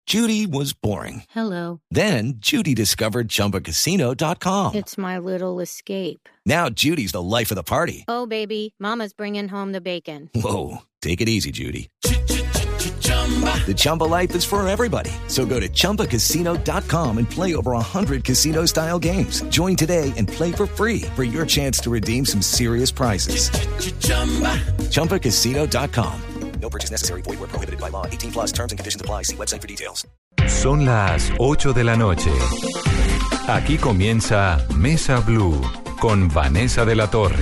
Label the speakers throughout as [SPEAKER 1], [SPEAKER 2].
[SPEAKER 1] Judy was boring.
[SPEAKER 2] Hello.
[SPEAKER 1] Then Judy discovered ChumbaCasino.com.
[SPEAKER 2] It's my little escape.
[SPEAKER 1] Now Judy's the life of the party.
[SPEAKER 2] Oh, baby, mama's bringing home the bacon.
[SPEAKER 1] Whoa, take it easy, Judy. The Chumba life is for everybody. So go to ChumbaCasino.com and play over 100 casino-style games. Join today and play for free for your chance to redeem some serious prizes. ChumbaCasino.com. No purchase necessary. Void where prohibited by law. 18 plus terms and conditions apply. See website for details.
[SPEAKER 3] Son las 8 de la noche. Aquí comienza Mesa Blue con Vanessa de la Torre.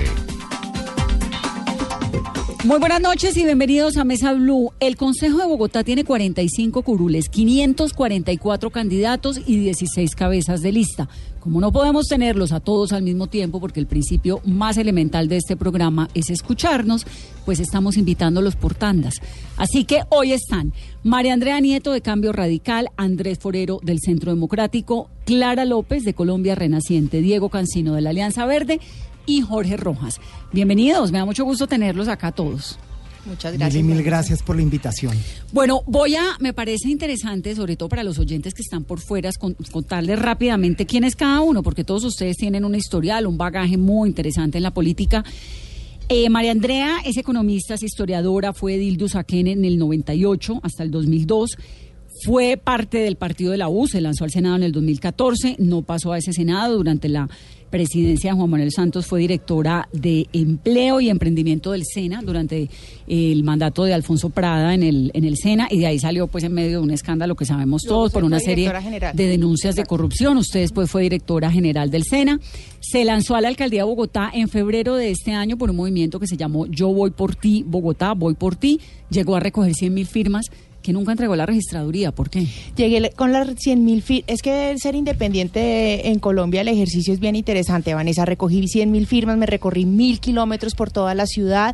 [SPEAKER 4] Muy buenas noches y bienvenidos a Mesa Blue. El Consejo de Bogotá tiene 45 curules, 544 candidatos y 16 cabezas de lista. Como no podemos tenerlos a todos al mismo tiempo, porque el principio más elemental de este programa es escucharnos, pues estamos invitándolos por tandas. Así que hoy están María Andrea Nieto de Cambio Radical, Andrés Forero del Centro Democrático, Clara López de Colombia Renaciente, Diego Cancino de la Alianza Verde y Jorge Rojas. Bienvenidos, me da mucho gusto tenerlos acá todos.
[SPEAKER 5] Muchas gracias. Mil gracias por la invitación.
[SPEAKER 4] Bueno, me parece interesante, sobre todo para los oyentes que están por fuera, contarles rápidamente quién es cada uno, porque todos ustedes tienen un historial, un bagaje muy interesante en la política. María Andrea es economista, es historiadora, fue edil de Usaquén en el 98 hasta el 2002. Fue parte del partido de la U, se lanzó al Senado en el 2014, no pasó a ese Senado. Durante la presidencia de Juan Manuel Santos fue directora de Empleo y Emprendimiento del SENA durante el mandato de Alfonso Prada en el SENA, y de ahí salió pues en medio de un escándalo que sabemos todos por una serie de denuncias de corrupción. Usted después fue directora general del SENA. Se lanzó a la alcaldía de Bogotá en febrero de este año por un movimiento que se llamó Yo Voy por Ti, Bogotá, Voy por Ti. Llegó a recoger 100.000 firmas. Que nunca entregó la registraduría, ¿por qué?
[SPEAKER 5] Llegué con las 100.000 firmas. Es que ser independiente en Colombia, el ejercicio es bien interesante, Vanessa. Recogí 100.000 firmas, me recorrí 1.000 kilómetros por toda la ciudad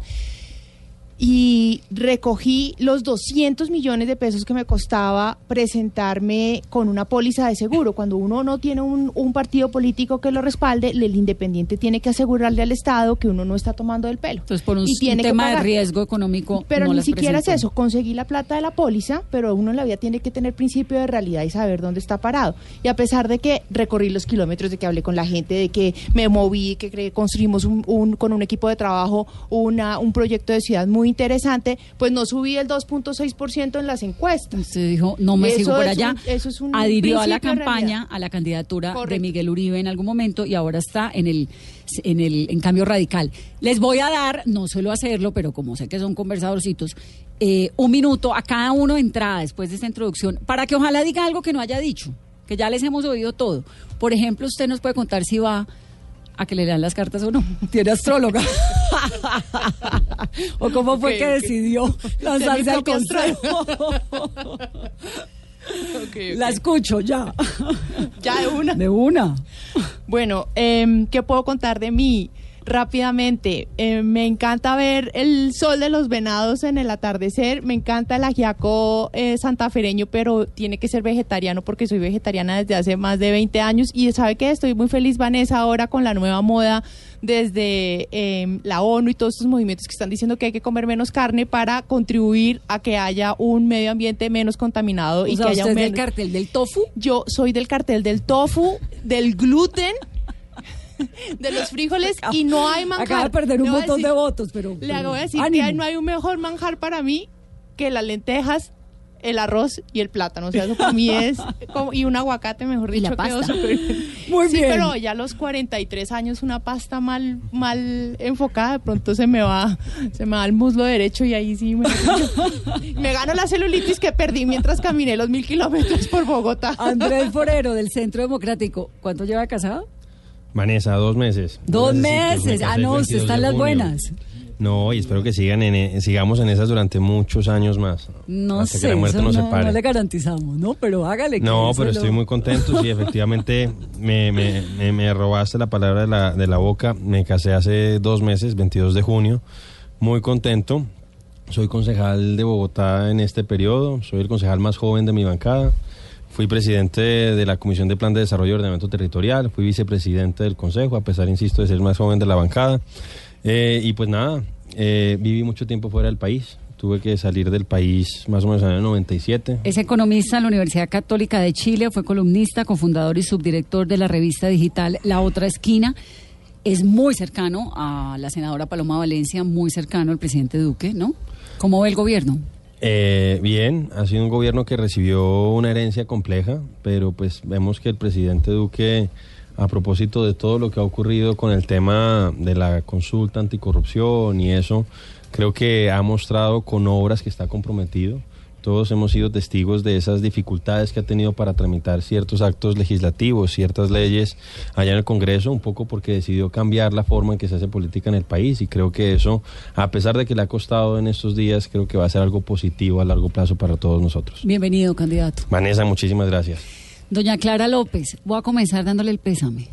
[SPEAKER 5] y recogí los 200 millones de pesos que me costaba presentarme con una póliza de seguro. Cuando uno no tiene un partido político que lo respalde, el independiente tiene que asegurarle al Estado que uno no está tomando del pelo.
[SPEAKER 4] Entonces, por un tema de riesgo económico.
[SPEAKER 5] Pero
[SPEAKER 4] no
[SPEAKER 5] ni siquiera
[SPEAKER 4] presentó.
[SPEAKER 5] es eso. Conseguí la plata de la póliza, pero uno en la vida tiene que tener principio de realidad y saber dónde está parado. Y a pesar de que recorrí los kilómetros, de que hablé con la gente, de que me moví, que construimos con un equipo de trabajo un proyecto de ciudad muy interesante, pues no subí el 2.6% en las encuestas.
[SPEAKER 4] Usted dijo, no me sigo por allá.
[SPEAKER 5] Eso es un
[SPEAKER 4] adhirió a la campaña, a la candidatura de Miguel Uribe en algún momento, y ahora está en Cambio Radical. Les voy a dar, no suelo hacerlo, pero como sé que son conversadorcitos, un minuto a cada uno de entrada después de esta introducción, para que ojalá diga algo que no haya dicho, que ya les hemos oído todo. Por ejemplo, usted nos puede contar si va a que le lean las cartas o no. Tiene astróloga. O cómo fue que decidió lanzarse al consejo. La escucho ya.
[SPEAKER 5] Ya de una.
[SPEAKER 4] De una.
[SPEAKER 5] Bueno, ¿qué puedo contar de mí? Rápidamente, me encanta ver el sol de los venados en el atardecer, me encanta el ajiaco santafereño, pero tiene que ser vegetariano porque soy vegetariana desde hace más de 20 años y ¿sabe qué? Estoy muy feliz, Vanessa, ahora con la nueva moda desde la ONU y todos estos movimientos que están diciendo que hay que comer menos carne para contribuir a que haya un medio ambiente menos contaminado.
[SPEAKER 4] Y que haya ¿usted es del cartel del tofu?
[SPEAKER 5] Yo soy del cartel del tofu, del gluten, de los frijoles, y no hay manjar.
[SPEAKER 4] Acaba de perder un montón de votos, pero
[SPEAKER 5] le voy a decir
[SPEAKER 4] ánimo.
[SPEAKER 5] Que no hay un mejor manjar para mí que las lentejas, el arroz y el plátano. O sea, eso para mí es y un aguacate, mejor dicho.
[SPEAKER 4] Y la pasta.
[SPEAKER 5] Muy bien. Pero ya a los 43 años una pasta mal enfocada, de pronto se me va el muslo derecho y ahí sí me gano la celulitis que perdí mientras caminé los 1.000 kilómetros por Bogotá.
[SPEAKER 4] Andrés Forero del Centro Democrático, ¿cuánto lleva casado?
[SPEAKER 6] Vanessa, 2 meses.
[SPEAKER 4] 2 meses. No, usted está en las buenas.
[SPEAKER 6] No, y espero que sigamos en esas durante muchos años más.
[SPEAKER 4] No
[SPEAKER 6] hasta
[SPEAKER 4] sé,
[SPEAKER 6] que la muerte nos separe.
[SPEAKER 4] No le garantizamos, ¿no? Pero hágale.
[SPEAKER 6] No, pero estoy muy contento. Sí, efectivamente, me robaste la palabra de la boca. Me casé hace 2 meses, 22 de junio. Muy contento. Soy concejal de Bogotá en este periodo. Soy el concejal más joven de mi bancada. Fui presidente de la Comisión de Plan de Desarrollo y Ordenamiento Territorial, fui vicepresidente del Consejo, a pesar, insisto, de ser el más joven de la bancada. Y pues nada, viví mucho tiempo fuera del país. tuve que salir del país más o menos en el 97.
[SPEAKER 4] Es economista en la Universidad Católica de Chile, fue columnista, cofundador y subdirector de la revista digital La Otra Esquina. Es muy cercano a la senadora Paloma Valencia, muy cercano al presidente Duque, ¿no? ¿Cómo ve el gobierno?
[SPEAKER 6] Bien, ha sido un gobierno que recibió una herencia compleja, pero pues vemos que el presidente Duque, a propósito de todo lo que ha ocurrido con el tema de la consulta anticorrupción y eso, creo que ha mostrado con obras que está comprometido. Todos hemos sido testigos de esas dificultades que ha tenido para tramitar ciertos actos legislativos, ciertas leyes allá en el Congreso, un poco porque decidió cambiar la forma en que se hace política en el país, y creo que eso, a pesar de que le ha costado en estos días, creo que va a ser algo positivo a largo plazo para todos nosotros.
[SPEAKER 4] Bienvenido, candidato.
[SPEAKER 6] Vanessa, muchísimas gracias.
[SPEAKER 4] Doña Clara López, voy a comenzar dándole el pésame.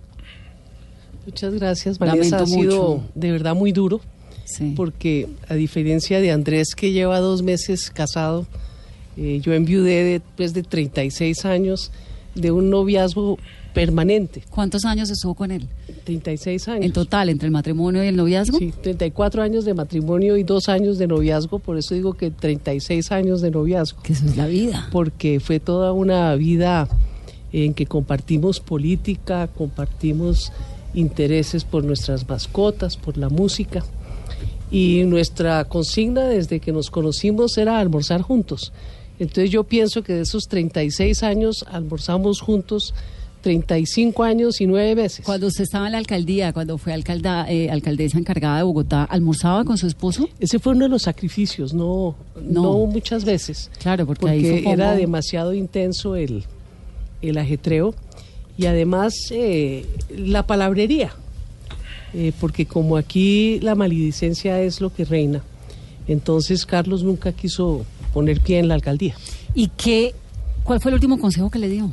[SPEAKER 7] Muchas gracias, Vanessa. Ha sido de verdad muy duro.
[SPEAKER 4] Sí.
[SPEAKER 7] Porque a diferencia de Andrés, que lleva 2 meses casado, yo enviudé después de 36 años de un noviazgo permanente.
[SPEAKER 4] ¿Cuántos años estuvo con él?
[SPEAKER 7] 36 años.
[SPEAKER 4] ¿En total, entre el matrimonio y el noviazgo?
[SPEAKER 7] Sí, 34 años de matrimonio y 2 años de noviazgo, por eso digo que 36 años de noviazgo.
[SPEAKER 4] Que eso es la vida.
[SPEAKER 7] Porque fue toda una vida en que compartimos política, compartimos intereses por nuestras mascotas, por la música. Y nuestra consigna desde que nos conocimos era almorzar juntos. Entonces yo pienso que de esos 36 años almorzamos juntos 35 años y 9 veces.
[SPEAKER 4] Cuando usted estaba en la alcaldía, cuando fue alcaldesa encargada de Bogotá, ¿almorzaba con su esposo?
[SPEAKER 7] Ese fue uno de los sacrificios, no muchas veces.
[SPEAKER 4] Claro, porque ahí fue como...
[SPEAKER 7] era demasiado intenso el ajetreo y además la palabrería. Porque como aquí la maledicencia es lo que reina, entonces Carlos nunca quiso poner pie en la alcaldía.
[SPEAKER 4] ¿Y cuál fue el último consejo que le dio?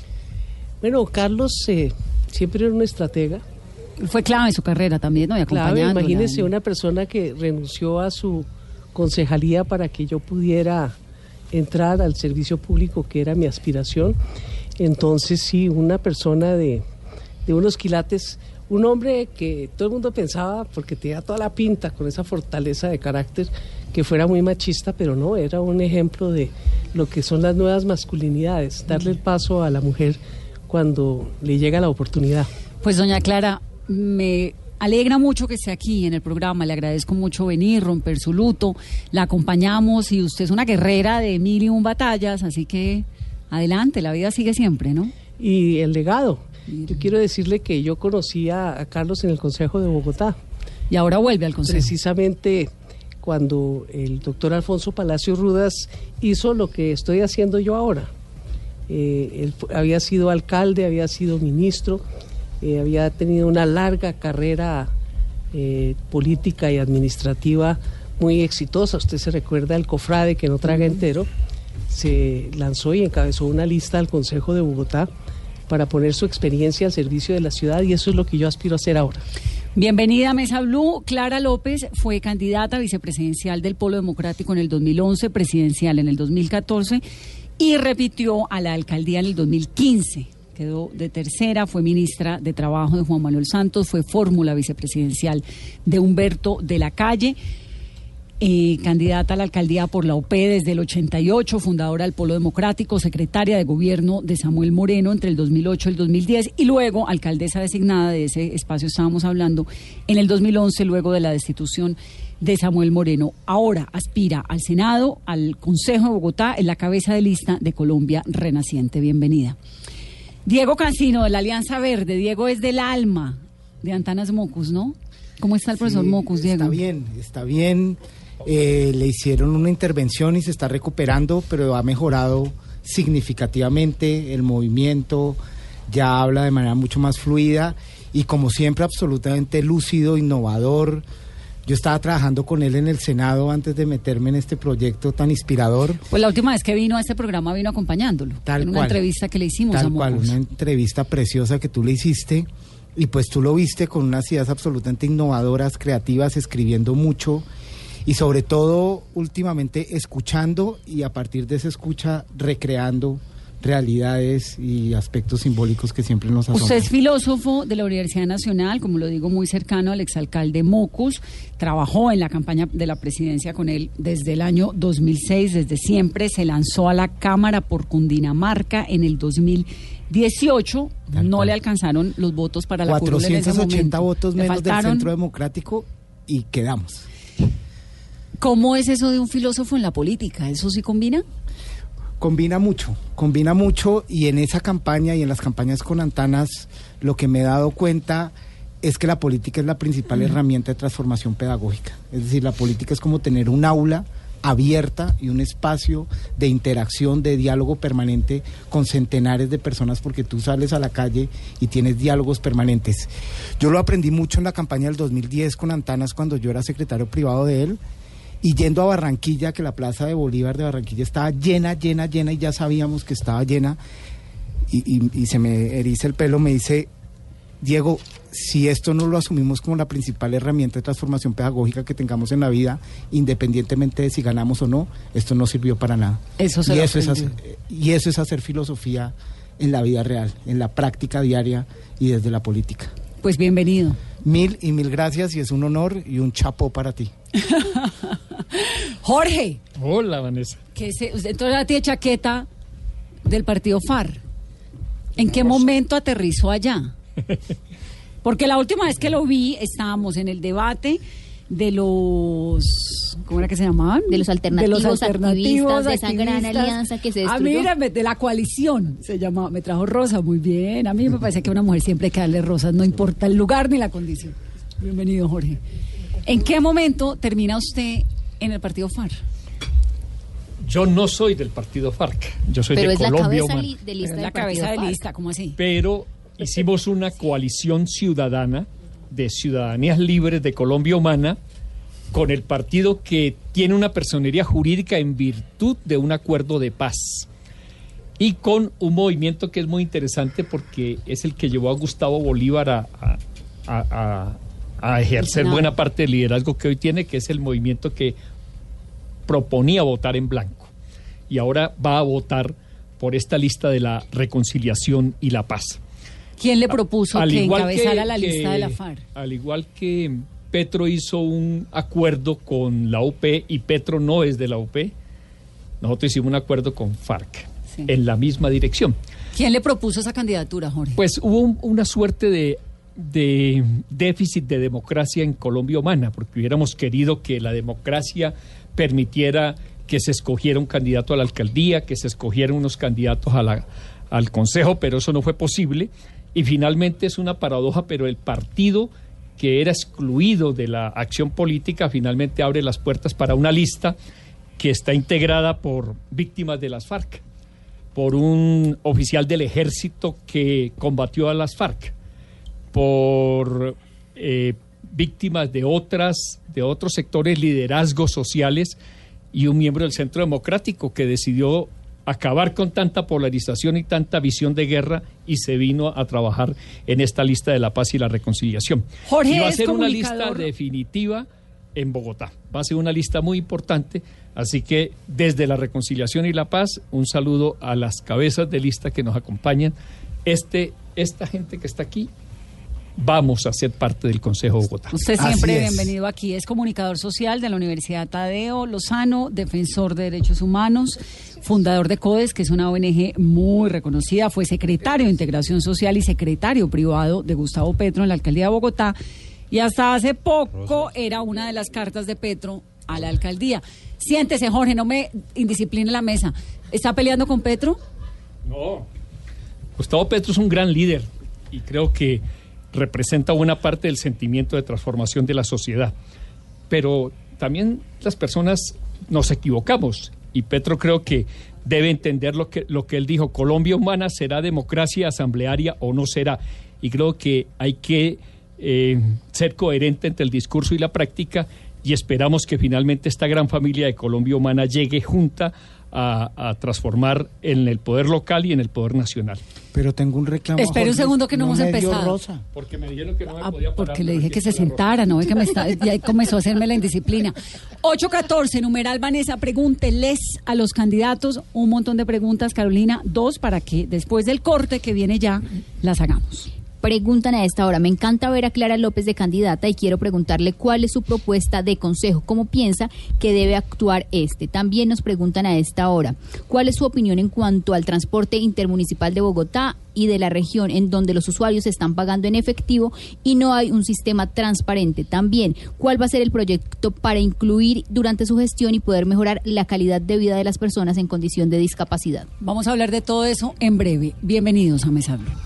[SPEAKER 7] Bueno, Carlos siempre era un estratega.
[SPEAKER 4] Fue clave en su carrera también, ¿no? Y acompañándola.
[SPEAKER 7] Clave, imagínese una persona que renunció a su concejalía para que yo pudiera entrar al servicio público, que era mi aspiración. Entonces sí, una persona de unos quilates. Un hombre que todo el mundo pensaba, porque tenía toda la pinta, con esa fortaleza de carácter, que fuera muy machista, pero no, era un ejemplo de lo que son las nuevas masculinidades, darle el paso a la mujer cuando le llega la oportunidad.
[SPEAKER 4] Pues doña Clara, me alegra mucho que esté aquí en el programa, le agradezco mucho venir, romper su luto, la acompañamos y usted es una guerrera de 1001 batallas, así que adelante, la vida sigue siempre, ¿no?
[SPEAKER 7] Y el legado. Yo quiero decirle que yo conocí a Carlos en el Consejo de Bogotá.
[SPEAKER 4] Y ahora vuelve al Consejo.
[SPEAKER 7] Precisamente cuando el doctor Alfonso Palacios Rudas hizo lo que estoy haciendo yo ahora. Él había sido alcalde, había sido ministro, había tenido una larga carrera política y administrativa muy exitosa. Usted se recuerda el cofrade que no traga entero. Se lanzó y encabezó una lista al Consejo de Bogotá para poner su experiencia al servicio de la ciudad, y eso es lo que yo aspiro a hacer ahora.
[SPEAKER 4] Bienvenida a Mesa Blue. Clara López fue candidata vicepresidencial del Polo Democrático en el 2011, presidencial en el 2014 y repitió a la alcaldía en el 2015. Quedó de tercera, fue ministra de Trabajo de Juan Manuel Santos, fue fórmula vicepresidencial de Humberto de la Calle. Candidata a la alcaldía por la OP desde el 88, fundadora del Polo Democrático, secretaria de gobierno de Samuel Moreno entre el 2008 y el 2010 y luego alcaldesa designada, de ese espacio estábamos hablando, en el 2011 luego de la destitución de Samuel Moreno. Ahora aspira al Senado, al Consejo de Bogotá, en la cabeza de lista de Colombia Renaciente. Bienvenida. Diego Cancino, de la Alianza Verde. Diego es del alma de Antanas Mocus, ¿no? ¿Cómo está el profesor Mocus, Diego?
[SPEAKER 8] Está bien. Le hicieron una intervención y se está recuperando, pero ha mejorado significativamente el movimiento, ya habla de manera mucho más fluida y como siempre absolutamente lúcido, innovador. Yo estaba trabajando con él en el Senado antes de meterme en este proyecto tan inspirador.
[SPEAKER 4] Pues la última vez que vino a este programa vino acompañándolo. En una entrevista que le hicimos a Mocus.
[SPEAKER 8] Una entrevista preciosa que tú le hiciste y pues tú lo viste con unas ideas absolutamente innovadoras, creativas, escribiendo mucho. Y sobre todo, últimamente, escuchando y a partir de esa escucha, recreando realidades y aspectos simbólicos que siempre nos asombran.
[SPEAKER 4] Usted es filósofo de la Universidad Nacional, como lo digo, muy cercano al exalcalde Mocus, trabajó en la campaña de la presidencia con él desde el año 2006, desde siempre, se lanzó a la Cámara por Cundinamarca en el 2018, no le alcanzaron los votos para la curul en ese momento.
[SPEAKER 8] 480 votos
[SPEAKER 4] Le
[SPEAKER 8] menos
[SPEAKER 4] faltaron.
[SPEAKER 8] del Centro Democrático y quedamos.
[SPEAKER 4] ¿Cómo es eso de un filósofo en la política? ¿Eso sí combina?
[SPEAKER 8] Combina mucho y en esa campaña y en las campañas con Antanas lo que me he dado cuenta es que la política es la principal herramienta de transformación pedagógica. Es decir, la política es como tener un aula abierta y un espacio de interacción, de diálogo permanente con centenares de personas, porque tú sales a la calle y tienes diálogos permanentes. Yo lo aprendí mucho en la campaña del 2010 con Antanas cuando yo era secretario privado de él. Y yendo a Barranquilla, que la Plaza de Bolívar de Barranquilla estaba llena, y ya sabíamos que estaba llena, y se me eriza el pelo, me dice, Diego, si esto no lo asumimos como la principal herramienta de transformación pedagógica que tengamos en la vida, independientemente de si ganamos o no, esto no sirvió para nada. Y eso es hacer filosofía en la vida real, en la práctica diaria y desde la política.
[SPEAKER 4] Pues bienvenido.
[SPEAKER 8] Mil gracias, y es un honor y un chapó para ti.
[SPEAKER 4] Jorge.
[SPEAKER 9] Hola, Vanessa.
[SPEAKER 4] Usted todavía tiene chaqueta del partido FARC. ¿En qué momento aterrizó allá? Porque la última vez que lo vi estábamos en el debate de los... ¿Cómo era que se llamaban?
[SPEAKER 10] De los alternativos, activistas, de esa gran
[SPEAKER 4] activistas.
[SPEAKER 10] alianza que se destruyó.
[SPEAKER 4] Mira, de la coalición se llamaba. Me trajo rosa, muy bien. A mí me parece que a una mujer siempre hay que darle rosas, no importa el lugar ni la condición. Bienvenido, Jorge. ¿En qué momento termina usted en el partido FARC?
[SPEAKER 9] Yo no soy del partido FARC, yo soy de Colombia Humana.
[SPEAKER 10] Pero es
[SPEAKER 4] la cabeza de lista, ¿cómo así?
[SPEAKER 9] Pero hicimos una coalición ciudadana de ciudadanías libres de Colombia Humana con el partido que tiene una personería jurídica en virtud de un acuerdo de paz y con un movimiento que es muy interesante porque es el que llevó a Gustavo Bolívar a ejercer buena parte del liderazgo que hoy tiene, que es el movimiento que proponía votar en blanco y ahora va a votar por esta lista de la reconciliación y la paz.
[SPEAKER 4] ¿Quién le propuso que encabezara la lista de la FARC?
[SPEAKER 9] Al igual que Petro hizo un acuerdo con la UP y Petro no es de la UP, nosotros hicimos un acuerdo con FARC en la misma dirección.
[SPEAKER 4] ¿Quién le propuso esa candidatura, Jorge?
[SPEAKER 9] Pues hubo una suerte de déficit de democracia en Colombia Humana, porque hubiéramos querido que la democracia permitiera que se escogiera un candidato a la alcaldía, que se escogieran unos candidatos al consejo, pero eso no fue posible. Y finalmente es una paradoja, pero el partido que era excluido de la acción política finalmente abre las puertas para una lista que está integrada por víctimas de las FARC, por un oficial del ejército que combatió a las FARC, por víctimas de otros sectores, liderazgos sociales y un miembro del Centro Democrático que decidió acabar con tanta polarización y tanta visión de guerra y se vino a trabajar en esta lista de la paz y la reconciliación.
[SPEAKER 4] Jorge,
[SPEAKER 9] y va a ser una lista definitiva en Bogotá. Va a ser una lista muy importante, así que desde la reconciliación y la paz, un saludo a las cabezas de lista que nos acompañan. Esta gente que está aquí, vamos a ser parte del Consejo de Bogotá.
[SPEAKER 4] Usted siempre bienvenido aquí. Es comunicador social de la Universidad Tadeo Lozano, defensor de derechos humanos, fundador de CODES, que es una ONG muy reconocida. Fue secretario de Integración Social y secretario privado de Gustavo Petro en la alcaldía de Bogotá. Y hasta hace poco era una de las cartas de Petro a la alcaldía. Siéntese, Jorge, no me indiscipline la mesa. ¿Está peleando con Petro?
[SPEAKER 9] No. Gustavo Petro es un gran líder y creo que representa buena parte del sentimiento de transformación de la sociedad. Pero también las personas nos equivocamos y Petro creo que debe entender lo que él dijo: Colombia Humana será democracia asamblearia o no será. Y creo que hay que ser coherente entre el discurso y la práctica y esperamos que finalmente esta gran familia de Colombia Humana llegue junta a transformar en el poder local y en el poder nacional.
[SPEAKER 8] Pero tengo un reclamo.
[SPEAKER 4] Espera un segundo que no hemos empezado.
[SPEAKER 8] Rosa.
[SPEAKER 9] Porque me dijeron que no me podía parar.
[SPEAKER 4] Porque le dije que se sentara, ¿no? Que ya comenzó a hacerme la indisciplina. 8:14, numeral Vanessa, pregúnteles a los candidatos un montón de preguntas, Carolina, 2 para que después del corte que viene ya las hagamos.
[SPEAKER 10] Preguntan a esta hora, me encanta ver a Clara López de candidata y quiero preguntarle cuál es su propuesta de consejo, cómo piensa que debe actuar También nos preguntan a esta hora, cuál es su opinión en cuanto al transporte intermunicipal de Bogotá y de la región en donde los usuarios están pagando en efectivo y no hay un sistema transparente. También, cuál va a ser el proyecto para incluir durante su gestión y poder mejorar la calidad de vida de las personas en condición de discapacidad.
[SPEAKER 4] Vamos a hablar de todo eso en breve. Bienvenidos a Mesa Blue.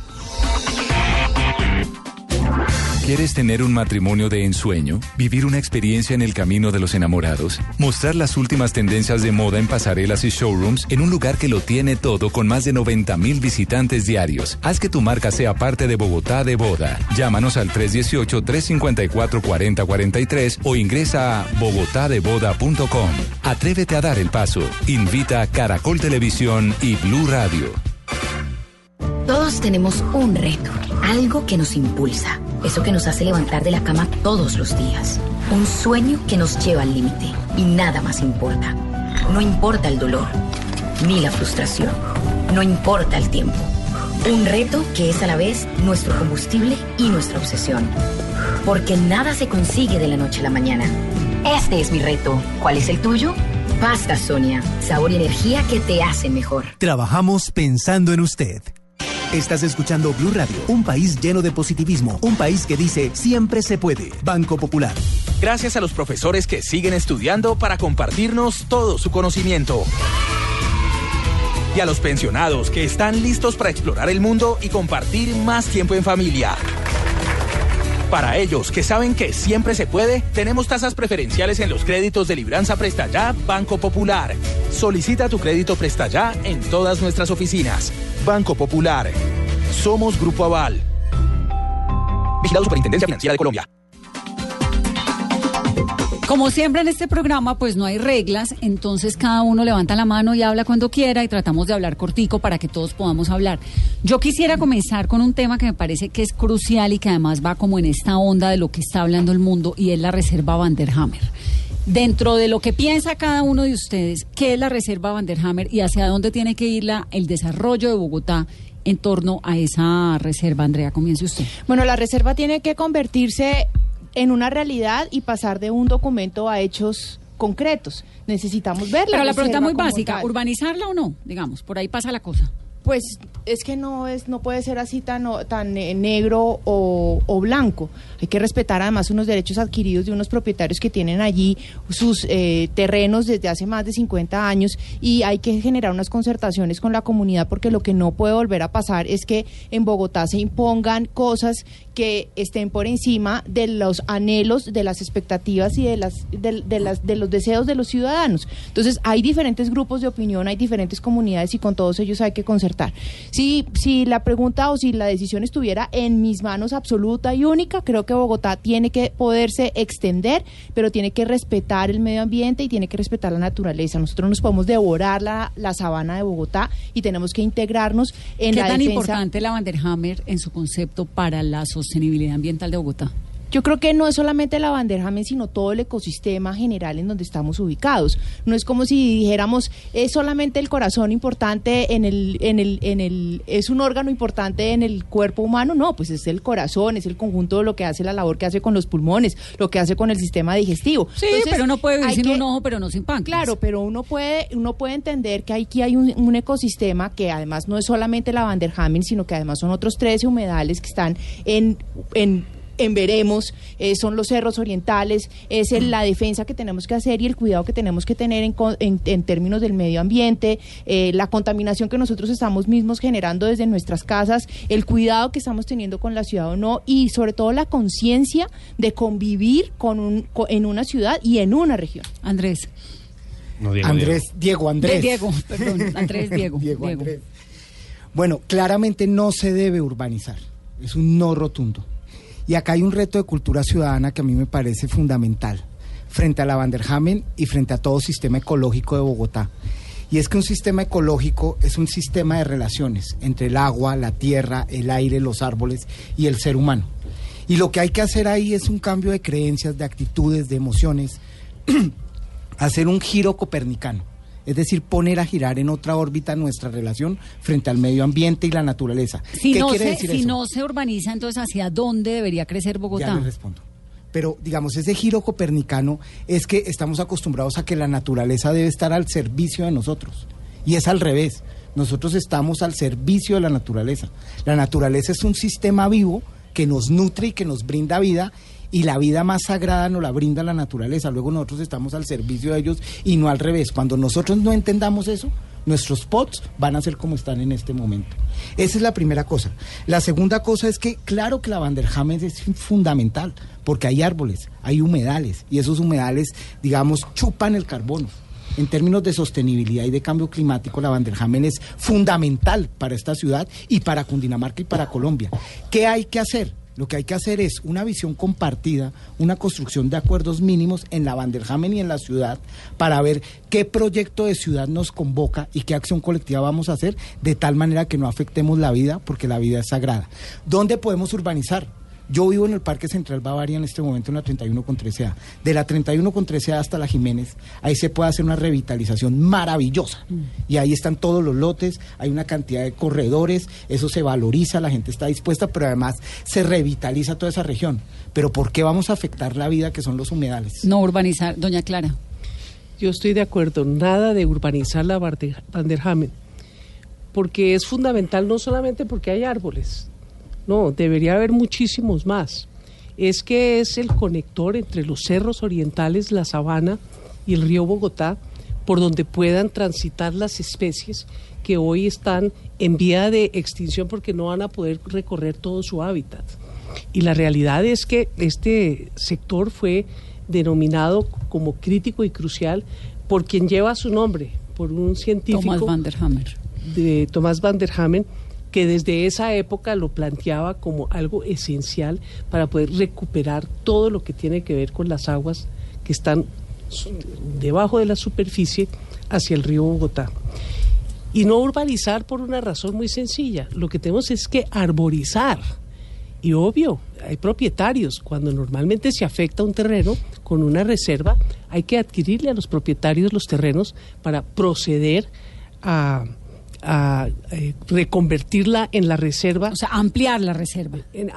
[SPEAKER 3] ¿Quieres tener un matrimonio de ensueño? ¿Vivir una experiencia en el camino de los enamorados? ¿Mostrar las últimas tendencias de moda en pasarelas y showrooms en un lugar que lo tiene todo con más de 90,000 visitantes diarios? Haz que tu marca sea parte de Bogotá de Boda. Llámanos al 318-354-4043 o ingresa a bogotadeboda.com. Atrévete a dar el paso. Invita Caracol Televisión y Blue Radio.
[SPEAKER 11] Todos tenemos un reto, algo que nos impulsa, eso que nos hace levantar de la cama todos los días, un sueño que nos lleva al límite y nada más importa. No importa el dolor, ni la frustración, no importa el tiempo. Un reto que es a la vez nuestro combustible y nuestra obsesión, porque nada se consigue de la noche a la mañana. Este es mi reto. ¿Cuál es el tuyo? Pasta Sonia, sabor y energía que te hacen mejor.
[SPEAKER 12] Trabajamos pensando en usted. Estás escuchando Blue Radio, un país lleno de positivismo, un país que dice siempre se puede. Banco Popular.
[SPEAKER 13] Gracias a los profesores que siguen estudiando para compartirnos todo su conocimiento. Y a los pensionados que están listos para explorar el mundo y compartir más tiempo en familia. Para ellos que saben que siempre se puede, tenemos tasas preferenciales en los créditos de Libranza Presta Ya Banco Popular. Solicita tu crédito Presta Ya en todas nuestras oficinas. Banco Popular. Somos Grupo Aval. Vigilado Superintendencia Financiera de Colombia.
[SPEAKER 4] Como siempre en este programa, pues no hay reglas, entonces cada uno levanta la mano y habla cuando quiera y tratamos de hablar cortico para que todos podamos hablar. Yo quisiera comenzar con un tema que me parece que es crucial y que además va como en esta onda de lo que está hablando el mundo y es la Reserva Vanderhammer. Dentro de lo que piensa cada uno de ustedes, ¿qué es la Reserva Vanderhammer y hacia dónde tiene que ir el desarrollo de Bogotá en torno a esa reserva? Andrea, comience usted.
[SPEAKER 5] Bueno, la reserva tiene que convertirse en una realidad y pasar de un documento a hechos concretos. Necesitamos verla.
[SPEAKER 4] Pero la pregunta muy básica, ¿urbanizarla o no? Digamos, por ahí pasa la cosa.
[SPEAKER 5] Pues es que no puede ser así tan negro o blanco. Hay que respetar además unos derechos adquiridos de unos propietarios que tienen allí sus terrenos desde hace más de 50 años y hay que generar unas concertaciones con la comunidad porque lo que no puede volver a pasar es que en Bogotá se impongan cosas que estén por encima de los anhelos, de las expectativas y de los deseos de los ciudadanos. Entonces hay diferentes grupos de opinión, hay diferentes comunidades y con todos ellos hay que concertar. Si la pregunta o si la decisión estuviera en mis manos absoluta y única, creo que Bogotá tiene que poderse extender, pero tiene que respetar el medio ambiente y tiene que respetar la naturaleza. Nosotros nos podemos devorar la sabana de Bogotá y tenemos que integrarnos en la defensa.
[SPEAKER 4] ¿Qué tan importante la Vanderhammer en su concepto para la sostenibilidad ambiental de Bogotá?
[SPEAKER 5] Yo creo que no es solamente la Vanderhammer, sino todo el ecosistema general en donde estamos ubicados. No es como si dijéramos, es solamente el corazón importante es un órgano importante en el cuerpo humano. No, pues es el corazón, es el conjunto de lo que hace, la labor que hace con los pulmones, lo que hace con el sistema digestivo.
[SPEAKER 4] Sí, entonces, pero uno puede vivir sin un ojo, pero no sin páncreas. Claro,
[SPEAKER 5] pero uno puede entender que aquí hay un ecosistema que además no es solamente la Vanderhammer, sino que además son otros 13 humedales que están en veremos, son los cerros orientales, es la defensa que tenemos que hacer y el cuidado que tenemos que tener en términos del medio ambiente, la contaminación que nosotros estamos mismos generando desde nuestras casas, el cuidado que estamos teniendo con la ciudad o no, y sobre todo la conciencia de convivir en una ciudad y en una región.
[SPEAKER 4] Andrés.
[SPEAKER 6] No, Diego.
[SPEAKER 8] Andrés. Bueno, claramente no se debe urbanizar, es un no rotundo. Y acá hay un reto de cultura ciudadana que a mí me parece fundamental frente a la Vanderhammer y frente a todo sistema ecológico de Bogotá. Y es que un sistema ecológico es un sistema de relaciones entre el agua, la tierra, el aire, los árboles y el ser humano. Y lo que hay que hacer ahí es un cambio de creencias, de actitudes, de emociones, hacer un giro copernicano. Es decir, poner a girar en otra órbita nuestra relación frente al medio ambiente y la naturaleza.
[SPEAKER 4] Si,
[SPEAKER 8] ¿Qué
[SPEAKER 4] no,
[SPEAKER 8] quiere
[SPEAKER 4] se,
[SPEAKER 8] decir
[SPEAKER 4] si
[SPEAKER 8] eso?
[SPEAKER 4] no se urbaniza, entonces ¿hacia dónde debería crecer Bogotá?
[SPEAKER 8] Ya le respondo. Pero, digamos, ese giro copernicano es que estamos acostumbrados a que la naturaleza debe estar al servicio de nosotros. Y es al revés. Nosotros estamos al servicio de la naturaleza. La naturaleza es un sistema vivo que nos nutre y que nos brinda vida, y la vida más sagrada nos la brinda la naturaleza. Luego nosotros estamos al servicio de ellos y no al revés. Cuando nosotros no entendamos eso, nuestros pots van a ser como están en este momento. Esa es la primera cosa. La segunda cosa es que, claro que la Vanderhamen es fundamental, porque hay árboles, hay humedales, y esos humedales, digamos, chupan el carbono. En términos de sostenibilidad y de cambio climático, la Vanderhamen es fundamental para esta ciudad y para Cundinamarca y para Colombia. ¿Qué hay que hacer? Lo que hay que hacer es una visión compartida, una construcción de acuerdos mínimos en la Vanderhamen y en la ciudad para ver qué proyecto de ciudad nos convoca y qué acción colectiva vamos a hacer de tal manera que no afectemos la vida, porque la vida es sagrada. ¿Dónde podemos urbanizar? Yo vivo en el Parque Central Bavaria en este momento, en la 31 con 13A. De la 31 con 13A hasta la Jiménez, ahí se puede hacer una revitalización maravillosa. Y ahí están todos los lotes, hay una cantidad de corredores, eso se valoriza, la gente está dispuesta, pero además se revitaliza toda esa región. Pero ¿por qué vamos a afectar la vida que son los humedales?
[SPEAKER 4] No urbanizar, doña Clara.
[SPEAKER 7] Yo estoy de acuerdo, nada de urbanizar la Vanderhamen, porque es fundamental no solamente porque hay árboles. No, debería haber muchísimos más. Es que es el conector entre los cerros orientales, la sabana y el río Bogotá, por donde puedan transitar las especies que hoy están en vía de extinción porque no van a poder recorrer todo su hábitat. Y la realidad es que este sector fue denominado como crítico y crucial por quien lleva su nombre, por un científico Thomas Vanderhamen, que desde esa época lo planteaba como algo esencial para poder recuperar todo lo que tiene que ver con las aguas que están debajo de la superficie hacia el río Bogotá. Y no urbanizar por una razón muy sencilla. Lo que tenemos es que arborizar. Y obvio, hay propietarios. Cuando normalmente se afecta un terreno con una reserva, hay que adquirirle a los propietarios los terrenos para proceder a reconvertirla en la reserva.
[SPEAKER 4] O sea, ampliar la reserva.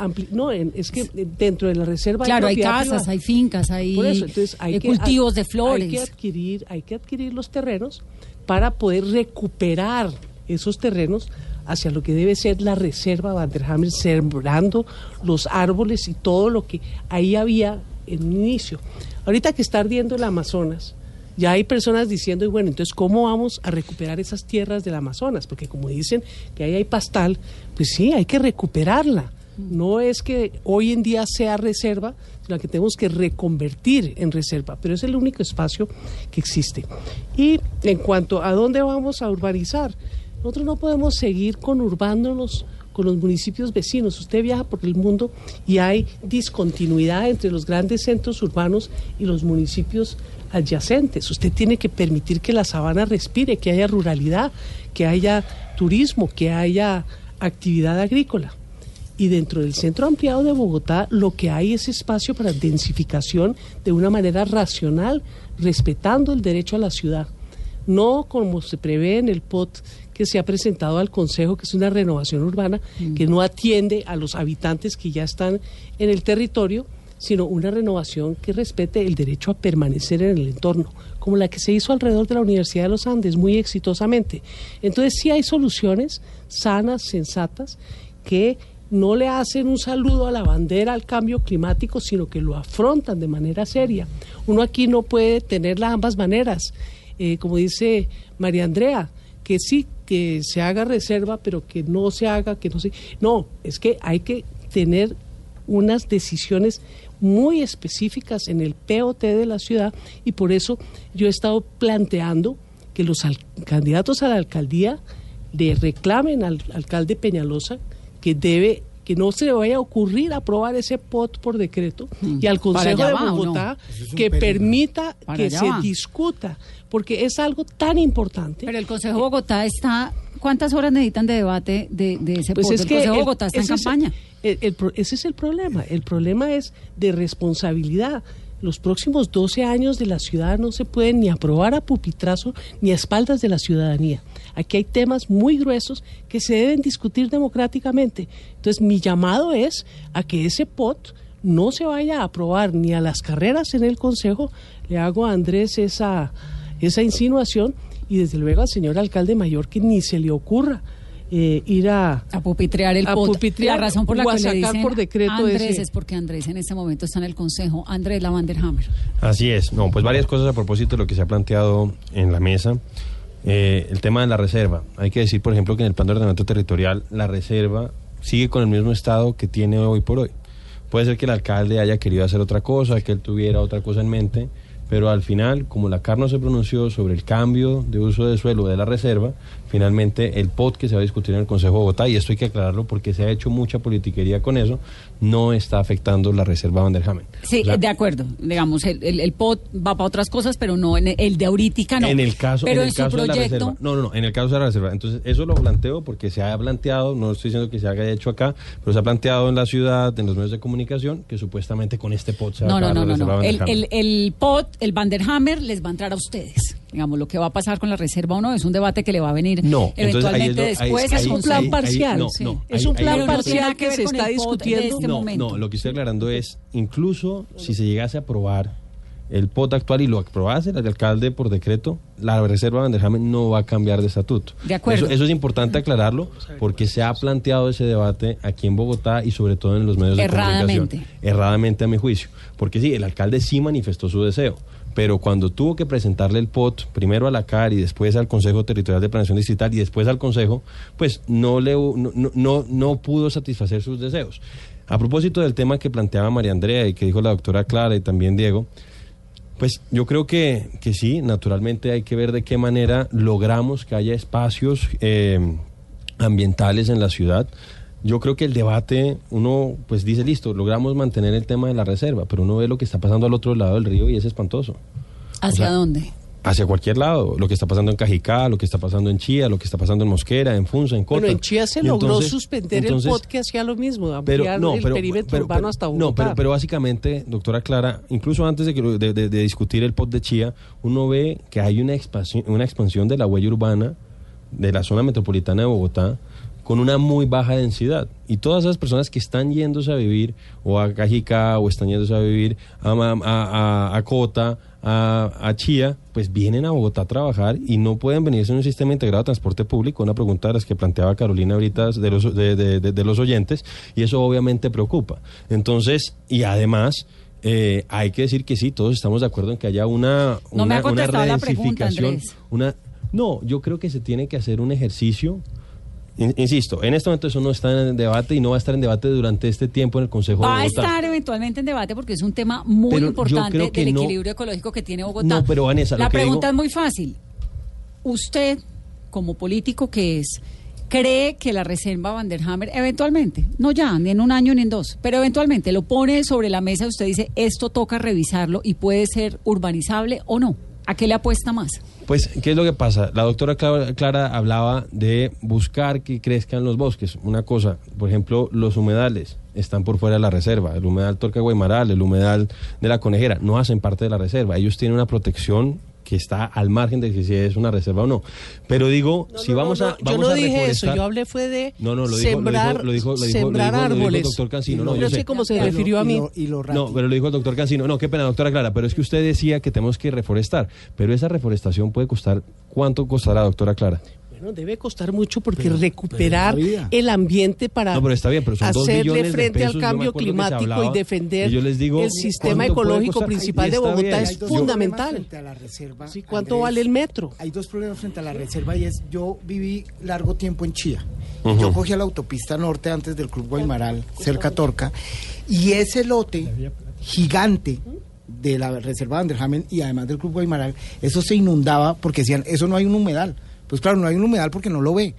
[SPEAKER 7] Es que dentro de la reserva
[SPEAKER 4] claro, hay casas, privada. Hay fincas, hay, por eso, entonces hay cultivos de flores.
[SPEAKER 7] Hay que adquirir los terrenos para poder recuperar esos terrenos hacia lo que debe ser la reserva Vanderhamen, sembrando los árboles y todo lo que ahí había en un inicio. Ahorita que está ardiendo el Amazonas, ya hay personas diciendo, y bueno, entonces, ¿cómo vamos a recuperar esas tierras del Amazonas? Porque como dicen que ahí hay pastal, pues sí, hay que recuperarla. No es que hoy en día sea reserva, sino que tenemos que reconvertir en reserva, pero es el único espacio que existe. Y en cuanto a dónde vamos a urbanizar, nosotros no podemos seguir conurbándonos con los municipios vecinos. Usted viaja por el mundo y hay discontinuidad entre los grandes centros urbanos y los municipios adyacentes. Usted tiene que permitir que la sabana respire, que haya ruralidad, que haya turismo, que haya actividad agrícola. Y dentro del centro ampliado de Bogotá lo que hay es espacio para densificación de una manera racional, respetando el derecho a la ciudad. No como se prevé en el POT que se ha presentado al Consejo, que es una renovación urbana que no atiende a los habitantes que ya están en el territorio, sino una renovación que respete el derecho a permanecer en el entorno, como la que se hizo alrededor de la Universidad de los Andes muy exitosamente. Entonces sí hay soluciones sanas, sensatas, que no le hacen un saludo a la bandera al cambio climático, sino que lo afrontan de manera seria. Uno aquí no puede tener las ambas maneras, como dice María Andrea, que sí, que se haga reserva, pero que no se haga, que no se... No, es que hay que tener unas decisiones muy específicas en el POT de la ciudad, y por eso yo he estado planteando que los candidatos a la alcaldía le reclamen al alcalde Peñalosa que debe que no se le vaya a ocurrir aprobar ese POT por decreto y al Consejo de Bogotá que permita que se discuta, porque es algo tan importante.
[SPEAKER 4] Pero el Consejo de Bogotá está... ¿Cuántas horas necesitan de debate de ese POT?
[SPEAKER 7] Pues
[SPEAKER 4] el Consejo de Bogotá está en campaña.
[SPEAKER 7] Ese es el problema. El problema es de responsabilidad. Los próximos 12 años de la ciudad no se pueden ni aprobar a pupitrazo ni a espaldas de la ciudadanía. Aquí hay temas muy gruesos que se deben discutir democráticamente. Entonces, mi llamado es a que ese POT no se vaya a aprobar ni a las carreras en el Consejo. Le hago a Andrés esa insinuación y desde luego al señor alcalde mayor que ni se le ocurra ir a
[SPEAKER 4] pupitrear el POT. La razón por la que le dicen
[SPEAKER 7] por decreto
[SPEAKER 4] Andrés es porque Andrés en este momento está en el Consejo. Andrés Lavanderhammer.
[SPEAKER 6] Así es. No, pues varias cosas a propósito de lo que se ha planteado en la mesa. El tema de la reserva. Hay que decir, por ejemplo, que en el plan de ordenamiento territorial la reserva sigue con el mismo estado que tiene hoy por hoy. Puede ser que el alcalde haya querido hacer otra cosa, que él tuviera otra cosa en mente, pero al final, como la CAR no se pronunció sobre el cambio de uso de suelo de la reserva, finalmente el POT que se va a discutir en el Consejo de Bogotá, y esto hay que aclararlo porque se ha hecho mucha politiquería con eso, no está afectando la reserva Vanderhamen.
[SPEAKER 4] Sí, o sea, de acuerdo. Digamos, el POT va para otras cosas, pero no en el de ahorita no.
[SPEAKER 6] En el caso,
[SPEAKER 4] pero
[SPEAKER 6] en el caso de la reserva. No, en el caso de la reserva. Entonces, eso lo planteo porque se ha planteado, no estoy diciendo que se haya hecho acá, pero se ha planteado en la ciudad, en los medios de comunicación, que supuestamente con este POT se va a acabar la reserva Vanderhamen.
[SPEAKER 4] El POT, el Vanderhammer, les va a entrar a ustedes. Digamos, lo que va a pasar con la reserva o no, es un debate que le va a venir eventualmente después.
[SPEAKER 7] Es un plan parcial. Es un plan parcial que se está discutiendo.
[SPEAKER 6] No, lo que estoy aclarando es, incluso si se llegase a aprobar el POT actual y lo aprobase el alcalde por decreto, la reserva Vanderhamen no va a cambiar de estatuto.
[SPEAKER 4] De acuerdo.
[SPEAKER 6] Eso es importante aclararlo porque se ha planteado ese debate aquí en Bogotá y sobre todo en los medios de comunicación. Erradamente a mi juicio. Porque sí, el alcalde sí manifestó su deseo, pero cuando tuvo que presentarle el POT, primero a la CAR y después al Consejo Territorial de Planeación Distrital y después al Consejo, pues no pudo satisfacer sus deseos. A propósito del tema que planteaba María Andrea y que dijo la doctora Clara y también Diego, pues yo creo que sí, naturalmente hay que ver de qué manera logramos que haya espacios ambientales en la ciudad. Yo creo que el debate, uno pues dice, listo, logramos mantener el tema de la reserva, pero uno ve lo que está pasando al otro lado del río y es espantoso.
[SPEAKER 4] ¿Hacia dónde?
[SPEAKER 6] Hacia cualquier lado, lo que está pasando en Cajicá, lo que está pasando en Chía, lo que está pasando en Mosquera, en Funza, en Cota.
[SPEAKER 7] Bueno, en Chía se logró suspender el POT que hacía lo mismo, ampliar el perímetro urbano hasta Bogotá.
[SPEAKER 6] No, pero básicamente, doctora Clara, incluso antes de discutir el POT de Chía, uno ve que hay una expansión de la huella urbana de la zona metropolitana de Bogotá con una muy baja densidad. Y todas esas personas que están yéndose a vivir o a Cajicá o están yéndose a vivir a Cota, a Chía, pues vienen a Bogotá a trabajar y no pueden venirse en un sistema integrado de transporte público. Una pregunta de las que planteaba Carolina ahorita de los oyentes, y eso obviamente preocupa. Entonces, y además hay que decir que sí, todos estamos de acuerdo en que haya una redensificación. No, yo creo que se tiene que hacer un ejercicio. Insisto, en este momento eso no está en debate y no va a estar en debate durante este tiempo en el Consejo de Bogotá.
[SPEAKER 4] Va a estar eventualmente en debate porque es un tema muy importante del equilibrio ecológico que tiene Bogotá.
[SPEAKER 6] No, pero Vanessa,
[SPEAKER 4] la pregunta es muy fácil. Usted, como político que es, ¿cree que la reserva Vanderhamen eventualmente, no ya, ni en un año ni en dos, pero eventualmente lo pone sobre la mesa y usted dice, esto toca revisarlo y puede ser urbanizable o no? ¿A qué le apuesta más?
[SPEAKER 6] Pues, ¿qué es lo que pasa? La doctora Clara hablaba de buscar que crezcan los bosques. Una cosa, por ejemplo, los humedales están por fuera de la reserva. El humedal Torca Guaymaral, el humedal de la Conejera, no hacen parte de la reserva. Ellos tienen una protección que está al margen de si es una reserva o no. Pero digo, vamos a
[SPEAKER 7] yo no dije eso, yo hablé fue de sembrar árboles.
[SPEAKER 6] Lo dijo el doctor Cancino.
[SPEAKER 7] No sé cómo se refirió a mí.
[SPEAKER 6] No, pero lo dijo el doctor Cancino. No, qué pena, doctora Clara, pero es que usted decía que tenemos que reforestar. Pero esa reforestación puede costar, ¿cuánto costará, doctora Clara?
[SPEAKER 7] Bueno, debe costar mucho porque recuperar el ambiente para
[SPEAKER 6] hacerle
[SPEAKER 7] frente al cambio climático y defender el sistema ecológico principal de Bogotá es fundamental. Sí, ¿cuánto vale el metro?
[SPEAKER 8] Hay dos problemas frente a la reserva y es, yo viví largo tiempo en Chía. Yo cogía la autopista norte antes del Club Guaymaral, cerca a Torca, y ese lote gigante de la reserva Vanderhamen y además del Club Guaymaral, eso se inundaba porque decían, eso no hay un humedal. Pues claro, no hay un humedal porque no lo ve,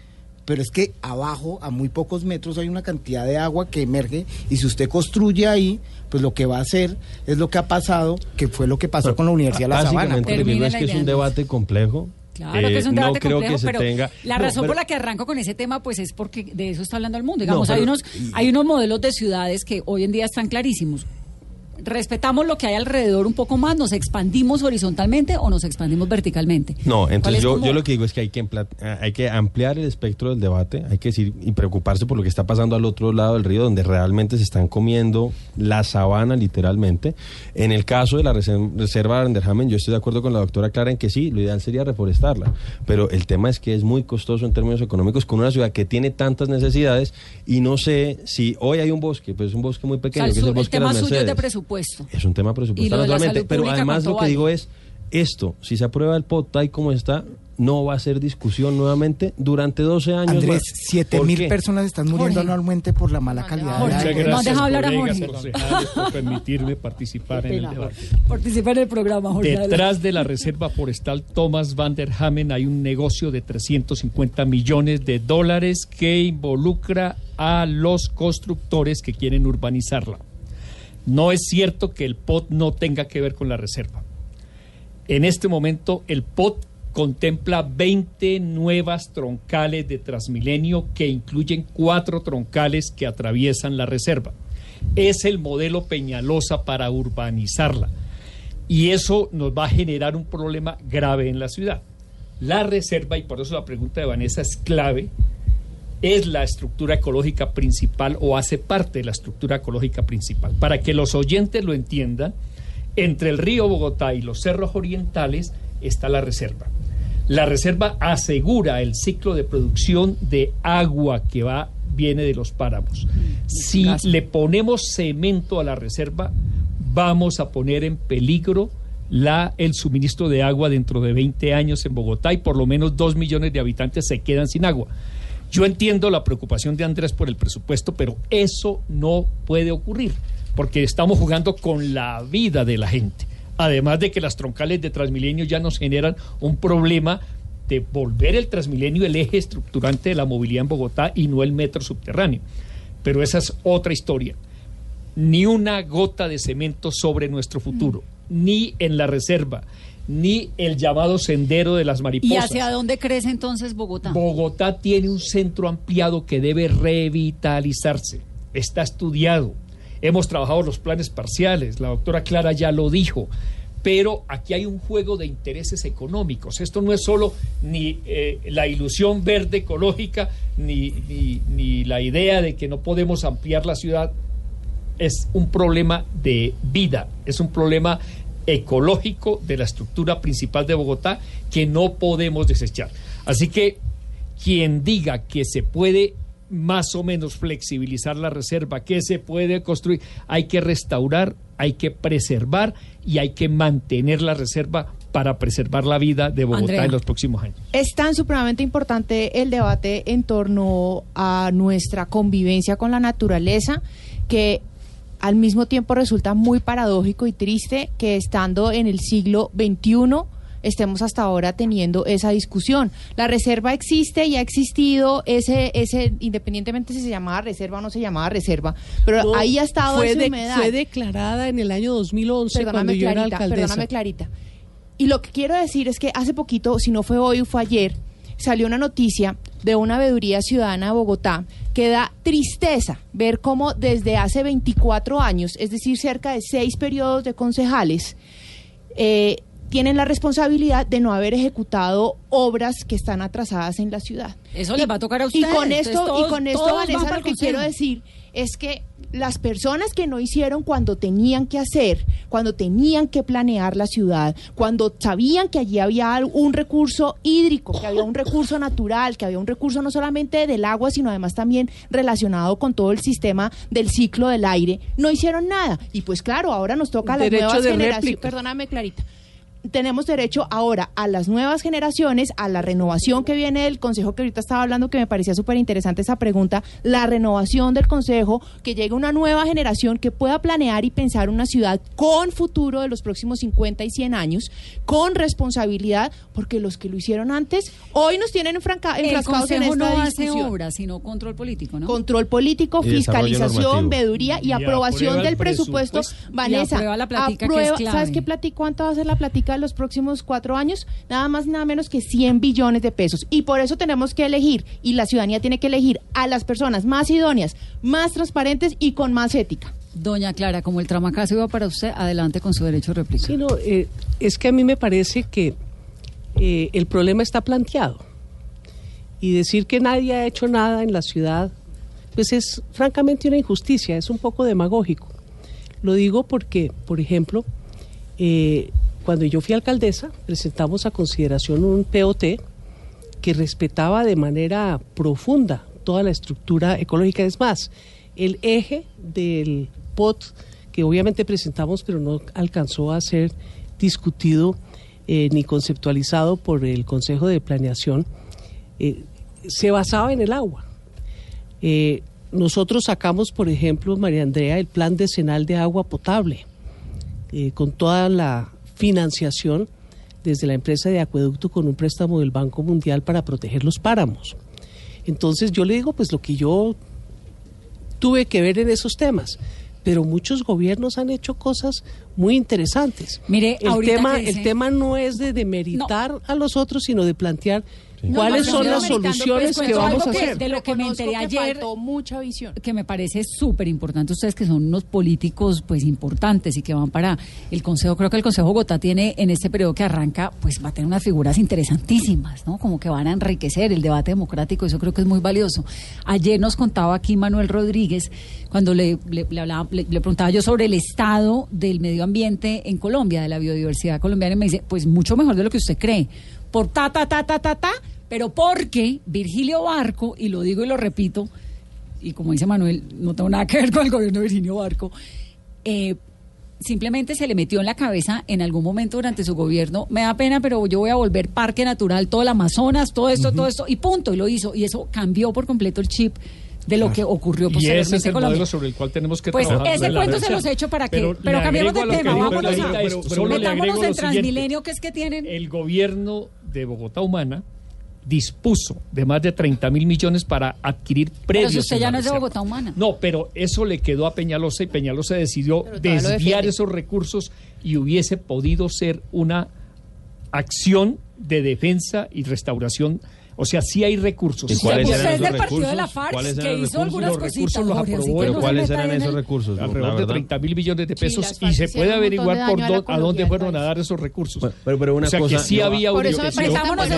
[SPEAKER 8] pero es que abajo, a muy pocos metros, hay una cantidad de agua que emerge, y si usted construye ahí, pues lo que va a hacer es lo que ha pasado, que fue lo que pasó con la Universidad de La Sabana.
[SPEAKER 6] Básicamente, es que es un debate complejo.
[SPEAKER 4] Claro que es un debate
[SPEAKER 6] no creo
[SPEAKER 4] complejo,
[SPEAKER 6] que se
[SPEAKER 4] pero
[SPEAKER 6] tenga...
[SPEAKER 4] la razón por la que arranco con ese tema pues es porque de eso está hablando el mundo. Digamos, hay unos modelos de ciudades que hoy en día están clarísimos. ¿Respetamos lo que hay alrededor un poco más? ¿Nos expandimos horizontalmente o nos expandimos verticalmente?
[SPEAKER 6] No, entonces yo lo que digo es que hay que ampliar el espectro del debate, hay que decir y preocuparse por lo que está pasando al otro lado del río, donde realmente se están comiendo la sabana literalmente. En el caso de la reserva de Vanderhamen, yo estoy de acuerdo con la doctora Clara en que sí, lo ideal sería reforestarla, pero el tema es que es muy costoso en términos económicos con una ciudad que tiene tantas necesidades, y no sé si hoy hay un bosque, pues es un bosque muy pequeño, que es el bosque de las Mercedes.
[SPEAKER 4] El tema suyo es de presupuesto.
[SPEAKER 6] Es un tema presupuestario, naturalmente, pero además lo que digo es, si se aprueba el POT tal como está, no va a ser discusión nuevamente durante 12 años.
[SPEAKER 8] Andrés, 7.000 personas están muriendo anualmente por la mala calidad.
[SPEAKER 9] Muchas gracias,
[SPEAKER 4] no, deja hablar a Jorge.
[SPEAKER 9] concejales, por permitirme participar en el debate.
[SPEAKER 4] Participa en el programa, Jorge.
[SPEAKER 9] Detrás de la Reserva Forestal Thomas Vanderhamen hay un negocio de $350 millones que involucra a los constructores que quieren urbanizarla. No es cierto que el POT no tenga que ver con la reserva. En este momento el POT contempla 20 nuevas troncales de Transmilenio que incluyen 4 troncales que atraviesan la reserva. Es el modelo Peñalosa para urbanizarla. Y eso nos va a generar un problema grave en la ciudad. La reserva, y por eso la pregunta de Vanessa es clave, es la estructura ecológica principal o hace parte de la estructura ecológica principal. Para que los oyentes lo entiendan, entre el río Bogotá y los cerros orientales está la reserva. La reserva asegura el ciclo de producción de agua que viene de los páramos. Si le ponemos cemento a la reserva, vamos a poner en peligro el suministro de agua dentro de 20 años en Bogotá, y por lo menos 2 millones de habitantes se quedan sin agua. Yo entiendo la preocupación de Andrés por el presupuesto, pero eso no puede ocurrir, porque estamos jugando con la vida de la gente. Además de que las troncales de Transmilenio ya nos generan un problema de volver el Transmilenio el eje estructurante de la movilidad en Bogotá y no el metro subterráneo. Pero esa es otra historia. Ni una gota de cemento sobre nuestro futuro, ni en la reserva, ni el llamado sendero de las mariposas.
[SPEAKER 4] ¿Y hacia dónde crece entonces Bogotá?
[SPEAKER 9] Bogotá tiene un centro ampliado que debe revitalizarse. Está estudiado. Hemos trabajado los planes parciales, la doctora Clara ya lo dijo, pero aquí hay un juego de intereses económicos. Esto no es solo ni la ilusión verde ecológica, ni la idea de que no podemos ampliar la ciudad. Es un problema de vida, es un problema ecológico de la estructura principal de Bogotá que no podemos desechar. Así que quien diga que se puede más o menos flexibilizar la reserva, que se puede construir, hay que restaurar, hay que preservar y hay que mantener la reserva para preservar la vida de Bogotá, Andrea, en los próximos años.
[SPEAKER 5] Es tan supremamente importante el debate en torno a nuestra convivencia con la naturaleza que al mismo tiempo resulta muy paradójico y triste que estando en el siglo XXI estemos hasta ahora teniendo esa discusión. La reserva existe y ha existido, independientemente si se llamaba reserva o no se llamaba reserva, pero no, ahí ha estado en su humedad.
[SPEAKER 7] Fue declarada en el año 2011 cuando yo era alcaldesa.
[SPEAKER 5] Perdóname, Clarita. Y lo que quiero decir es que hace poquito, si no fue hoy o fue ayer, salió una noticia de una veeduría ciudadana de Bogotá que da tristeza ver cómo desde hace 24 años, es decir, cerca de 6 periodos de concejales, tienen la responsabilidad de no haber ejecutado obras que están atrasadas en la ciudad.
[SPEAKER 4] Eso les va a tocar a ustedes.
[SPEAKER 5] Y con esto, Vanessa, lo que quiero decir es que las personas que no hicieron cuando tenían que hacer, cuando tenían que planear la ciudad, cuando sabían que allí había un recurso hídrico, que había un recurso natural, que había un recurso no solamente del agua, sino además también relacionado con todo el sistema del ciclo del aire, no hicieron nada. Y pues claro, ahora nos toca a las nuevas generaciones. Perdóname, Clarita. tenemos derecho ahora a las nuevas generaciones, a la renovación que viene del Consejo, que ahorita estaba hablando, que me parecía súper interesante esa pregunta, la renovación del Consejo, que llegue una nueva generación que pueda planear y pensar una ciudad con futuro de los próximos 50 y 100 años, con responsabilidad, porque los que lo hicieron antes, hoy nos tienen enfrascados en esta discusión.
[SPEAKER 4] El Consejo no hace obras, sino control político, ¿no?
[SPEAKER 5] Control político, fiscalización, veeduría y aprobación del presupuesto. Vanessa, ¿sabes qué cuánto va a ser la plática de los próximos 4 años? Nada más, nada menos que 100 billones de pesos. Y por eso tenemos que elegir, y la ciudadanía tiene que elegir a las personas más idóneas, más transparentes y con más ética.
[SPEAKER 4] Doña Clara, como el tramacazo iba para usted, adelante con su derecho de réplica.
[SPEAKER 7] Sí, no, es que a mí me parece que el problema está planteado. Y decir que nadie ha hecho nada en la ciudad, pues es francamente una injusticia, es un poco demagógico. Lo digo porque, por ejemplo, cuando yo fui alcaldesa, presentamos a consideración un POT que respetaba de manera profunda toda la estructura ecológica. Es más, el eje del POT, que obviamente presentamos, pero no alcanzó a ser discutido ni conceptualizado por el Consejo de Planeación, se basaba en el agua. Nosotros sacamos, por ejemplo, María Andrea, el plan decenal de agua potable, con toda la financiación desde la empresa de acueducto con un préstamo del Banco Mundial para proteger los páramos. Entonces yo le digo, pues lo que yo tuve que ver en esos temas, pero muchos gobiernos han hecho cosas muy interesantes.
[SPEAKER 4] Mire,
[SPEAKER 7] el tema no es de demeritar a los otros, sino de plantear cuáles son las soluciones que vamos a hacer.
[SPEAKER 4] De lo que me enteré ayer,
[SPEAKER 5] faltó mucha visión,
[SPEAKER 4] que me parece súper importante, ustedes que son unos políticos pues importantes y que van para el Consejo. Creo que el Consejo de Bogotá tiene, en este periodo que arranca, pues va a tener unas figuras interesantísimas, ¿no? Como que van a enriquecer el debate democrático, eso creo que es muy valioso. Ayer nos contaba aquí Manuel Rodríguez, cuando le preguntaba yo sobre el estado del medio ambiente en Colombia, de la biodiversidad colombiana, y me dice, pues mucho mejor de lo que usted cree. Por pero porque Virgilio Barco, y lo digo y lo repito, y como dice Manuel, no tengo nada que ver con el gobierno de Virgilio Barco, simplemente se le metió en la cabeza en algún momento durante su gobierno, me da pena, pero yo voy a volver parque natural, todo el Amazonas, todo esto, y punto, y lo hizo, y eso cambió por completo el chip de lo que ocurrió posteriormente.
[SPEAKER 9] Y ese es el modelo sobre el cual tenemos que
[SPEAKER 4] trabajar.
[SPEAKER 9] Pues
[SPEAKER 4] ese cuento se los he hecho para que... Pero cambiemos de tema, vámonos metámonos en Transmilenio, que es que tienen...
[SPEAKER 9] El gobierno de Bogotá Humana dispuso de más de 30.000 millones para adquirir predios.
[SPEAKER 4] Pero si usted ya no es de Bogotá Humana.
[SPEAKER 9] No, pero eso le quedó a Peñalosa y Peñalosa decidió desviar esos recursos y hubiese podido ser una acción de defensa y restauración. O sea, sí hay recursos.
[SPEAKER 6] ¿Y cuáles eran esos
[SPEAKER 4] del partido de la FARC, que hizo algunas cositas.
[SPEAKER 9] Los aprobó.
[SPEAKER 6] ¿Pero cuáles eran esos recursos?
[SPEAKER 9] Alrededor de 30.000 millones de pesos, y se puede averiguar a dónde fueron a dar esos recursos.
[SPEAKER 6] Pero una cosa,
[SPEAKER 9] que sí había
[SPEAKER 5] por eso
[SPEAKER 6] preguntámonos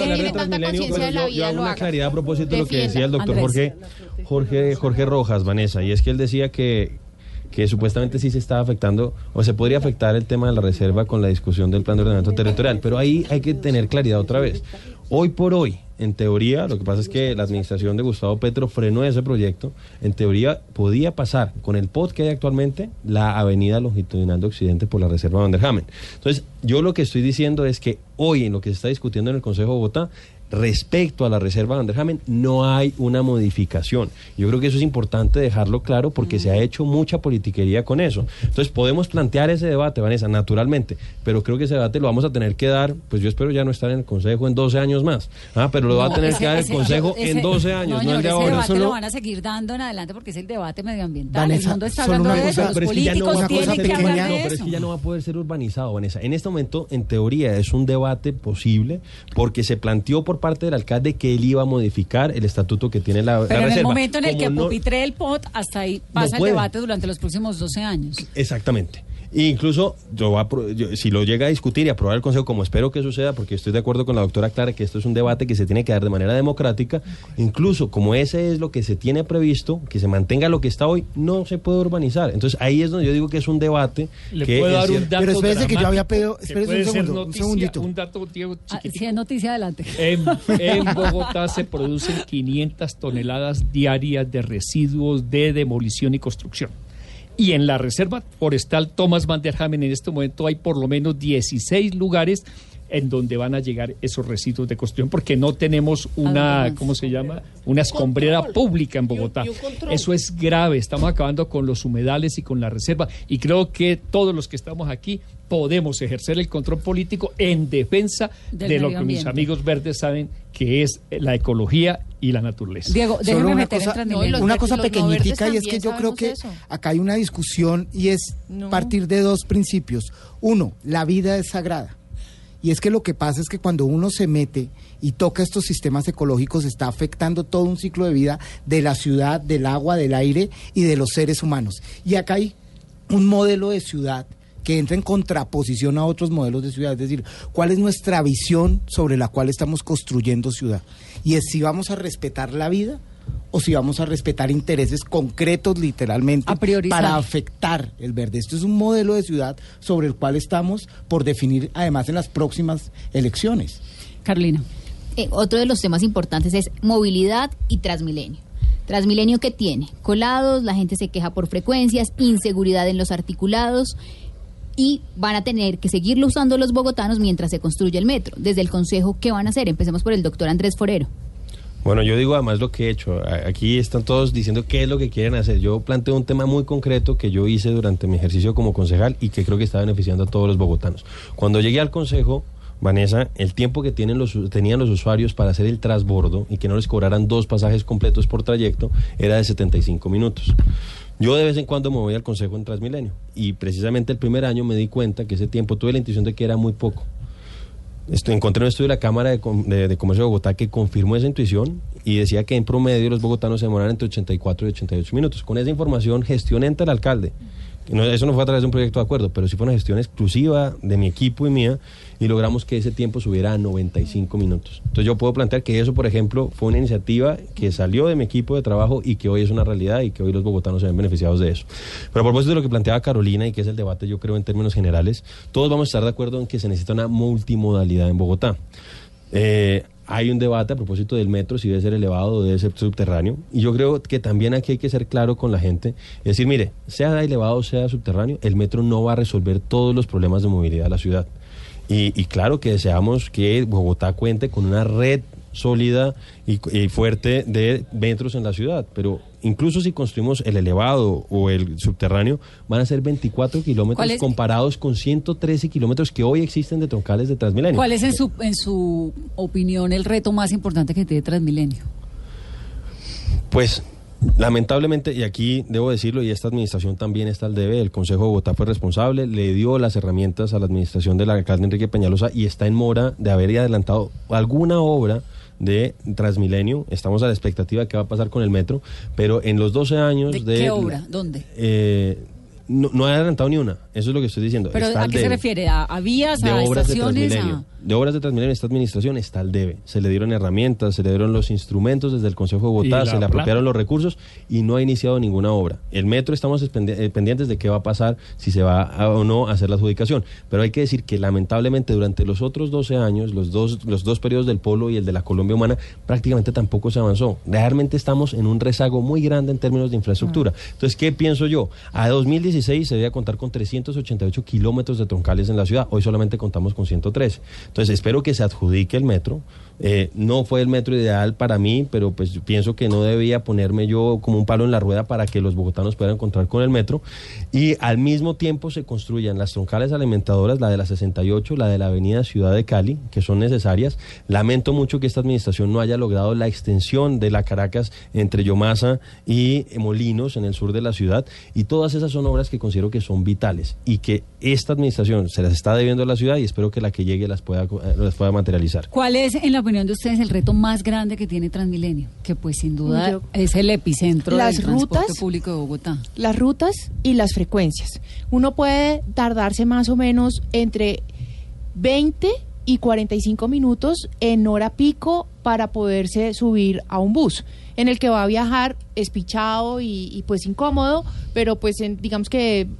[SPEAKER 6] yo hago una claridad a propósito de lo que decía el doctor Jorge Rojas, Vanessa, y es que él decía que supuestamente sí se estaba afectando o se podría afectar el tema de la reserva con la discusión del plan de ordenamiento territorial, pero ahí hay que tener claridad otra vez. Hoy por hoy, en teoría, lo que pasa es que la administración de Gustavo Petro frenó ese proyecto. En teoría podía pasar con el POT que hay actualmente la avenida longitudinal de Occidente por la reserva Van der Hamen. Entonces, yo lo que estoy diciendo es que hoy en lo que se está discutiendo en el Consejo de Bogotá, respecto a la reserva Van der Hamen, no hay una modificación. Yo creo que eso es importante dejarlo claro porque se ha hecho mucha politiquería con eso. Entonces podemos plantear ese debate, Vanessa, naturalmente, pero creo que ese debate lo vamos a tener que dar, pues yo espero ya no estar en el Consejo en 12 años más, pero lo va a tener que dar el Consejo en 12 años, no el de ahora.
[SPEAKER 4] Ese debate lo van a seguir dando en adelante porque es el debate medioambiental. Vanessa, el mundo está hablando de eso, los políticos tienen que hablar de eso.
[SPEAKER 6] Pero es que ya no va a poder ser urbanizado, Vanessa. En este momento, en teoría, es un debate posible porque se planteó por parte del alcalde que él iba a modificar el estatuto que tiene la reserva.
[SPEAKER 4] Pero en el momento en el que pupitre el POT, hasta ahí pasa el debate durante los próximos 12 años.
[SPEAKER 6] Exactamente. E incluso si lo llega a discutir y aprobar el Consejo, como espero que suceda, porque estoy de acuerdo con la doctora Clara que esto es un debate que se tiene que dar de manera democrática, incluso como ese es lo que se tiene previsto, que se mantenga lo que está hoy, no se puede urbanizar. Entonces ahí es donde yo digo que es un debate.
[SPEAKER 9] Le puedo dar un dato.
[SPEAKER 8] Pero espérese que yo había pedido, espérese
[SPEAKER 9] un segundito. Un dato, Diego, chiquitito.
[SPEAKER 4] Si es noticia, adelante.
[SPEAKER 9] En Bogotá se producen 500 toneladas diarias de residuos de demolición y construcción. Y en la Reserva Forestal Thomas van der Hamen en este momento hay por lo menos 16 lugares en donde van a llegar esos residuos de construcción, porque no tenemos una, ¿cómo se llama? Una escombrera pública en Bogotá. Eso es grave, estamos acabando con los humedales y con la reserva, y creo que todos los que estamos aquí podemos ejercer el control político en defensa de lo que mis amigos verdes saben que es la ecología y la naturaleza.
[SPEAKER 4] Diego, déjame meter
[SPEAKER 8] una cosa pequeñitica, y es que yo creo que acá hay una discusión y es partir de dos principios. Uno, la vida es sagrada. Y es que lo que pasa es que cuando uno se mete y toca estos sistemas ecológicos, está afectando todo un ciclo de vida de la ciudad, del agua, del aire y de los seres humanos. Y acá hay un modelo de ciudad que entra en contraposición a otros modelos de ciudad. Es decir, ¿cuál es nuestra visión sobre la cual estamos construyendo ciudad? Y es si vamos a respetar la vida o si vamos a respetar intereses concretos, literalmente, para afectar el verde. Esto es un modelo de ciudad sobre el cual estamos por definir, además, en las próximas elecciones.
[SPEAKER 4] Carolina.
[SPEAKER 10] Otro de los temas importantes es movilidad y Transmilenio. Transmilenio, ¿qué tiene? Colados, la gente se queja por frecuencias, inseguridad en los articulados, y van a tener que seguirlo usando los bogotanos mientras se construye el metro. Desde el Consejo, ¿qué van a hacer? Empecemos por el doctor Andrés Forero.
[SPEAKER 6] Bueno, yo digo además lo que he hecho. Aquí están todos diciendo qué es lo que quieren hacer. Yo planteo un tema muy concreto que yo hice durante mi ejercicio como concejal y que creo que está beneficiando a todos los bogotanos. Cuando llegué al consejo, Vanessa, el tiempo que tenían los usuarios para hacer el transbordo y que no les cobraran 2 pasajes completos por trayecto era de 75 minutos. Yo de vez en cuando me voy al consejo en Transmilenio y precisamente el primer año me di cuenta que ese tiempo tuve la intuición de que era muy poco. Encontré un estudio de la Cámara de Comercio de Bogotá que confirmó esa intuición y decía que en promedio los bogotanos se demoran entre 84 y 88 minutos. Con esa información gestioné ante el alcalde. Eso no fue a través de un proyecto de acuerdo, pero sí fue una gestión exclusiva de mi equipo y mía, y logramos que ese tiempo subiera a 95 minutos. Entonces yo puedo plantear que eso, por ejemplo, fue una iniciativa que salió de mi equipo de trabajo y que hoy es una realidad y que hoy los bogotanos se ven beneficiados de eso. Pero a propósito de lo que planteaba Carolina y que es el debate, yo creo en términos generales, todos vamos a estar de acuerdo en que se necesita una multimodalidad en Bogotá. Hay un debate a propósito del metro, si debe ser elevado o debe ser subterráneo, y yo creo que también aquí hay que ser claro con la gente, es decir, mire, sea elevado o sea subterráneo, el metro no va a resolver todos los problemas de movilidad de la ciudad. Y claro que deseamos que Bogotá cuente con una red sólida y fuerte de metros en la ciudad, pero incluso si construimos el elevado o el subterráneo, van a ser 24 kilómetros comparados con 113 kilómetros que hoy existen de troncales de Transmilenio.
[SPEAKER 4] ¿Cuál es en su opinión el reto más importante que tiene Transmilenio?
[SPEAKER 6] Pues lamentablemente, y aquí debo decirlo, y esta administración también está al debe, el Consejo de Bogotá fue responsable, le dio las herramientas a la administración del alcalde Enrique Peñalosa y está en mora de haber adelantado alguna obra de Transmilenio. Estamos a la expectativa de qué va a pasar con el metro, pero en los 12 años
[SPEAKER 4] ¿De qué obra? ¿Dónde?
[SPEAKER 6] No ha adelantado ni una, eso es lo que estoy diciendo.
[SPEAKER 4] ¿Pero a qué se refiere? ¿A vías, a estaciones?
[SPEAKER 6] De obras de Transmilenio, esta administración está al debe. Se le dieron herramientas, se le dieron los instrumentos desde el Consejo de Bogotá, se le apropiaron los recursos y no ha iniciado ninguna obra. El metro estamos pendientes de qué va a pasar, si se va o no a hacer la adjudicación. Pero hay que decir que lamentablemente durante los otros 12 años, los dos periodos del Polo y el de la Colombia Humana, prácticamente tampoco se avanzó. Realmente estamos en un rezago muy grande en términos de infraestructura. Entonces, ¿qué pienso yo? A 2016 se debía contar con 388 kilómetros de troncales en la ciudad. Hoy solamente contamos con 113. Entonces espero que se adjudique el metro. No fue el metro ideal para mí, pero pues pienso que no debía ponerme yo como un palo en la rueda para que los bogotanos puedan encontrar con el metro. Y al mismo tiempo se construyan las troncales alimentadoras, la de la 68, la de la avenida Ciudad de Cali, que son necesarias. Lamento mucho que esta administración no haya logrado la extensión de la Caracas entre Yomasa y Molinos en el sur de la ciudad. Y todas esas son obras que considero que son vitales y que esta administración se las está debiendo a la ciudad y espero que la que llegue las pueda materializar.
[SPEAKER 4] ¿Cuál es, en la opinión de ustedes, el reto más grande que tiene Transmilenio? Que pues sin duda es el epicentro del transporte público de Bogotá.
[SPEAKER 5] Las rutas y las frecuencias. Uno puede tardarse más o menos entre 20 y 45 minutos en hora pico para poderse subir a un bus en el que va a viajar espichado y pues incómodo, pero pues digamos que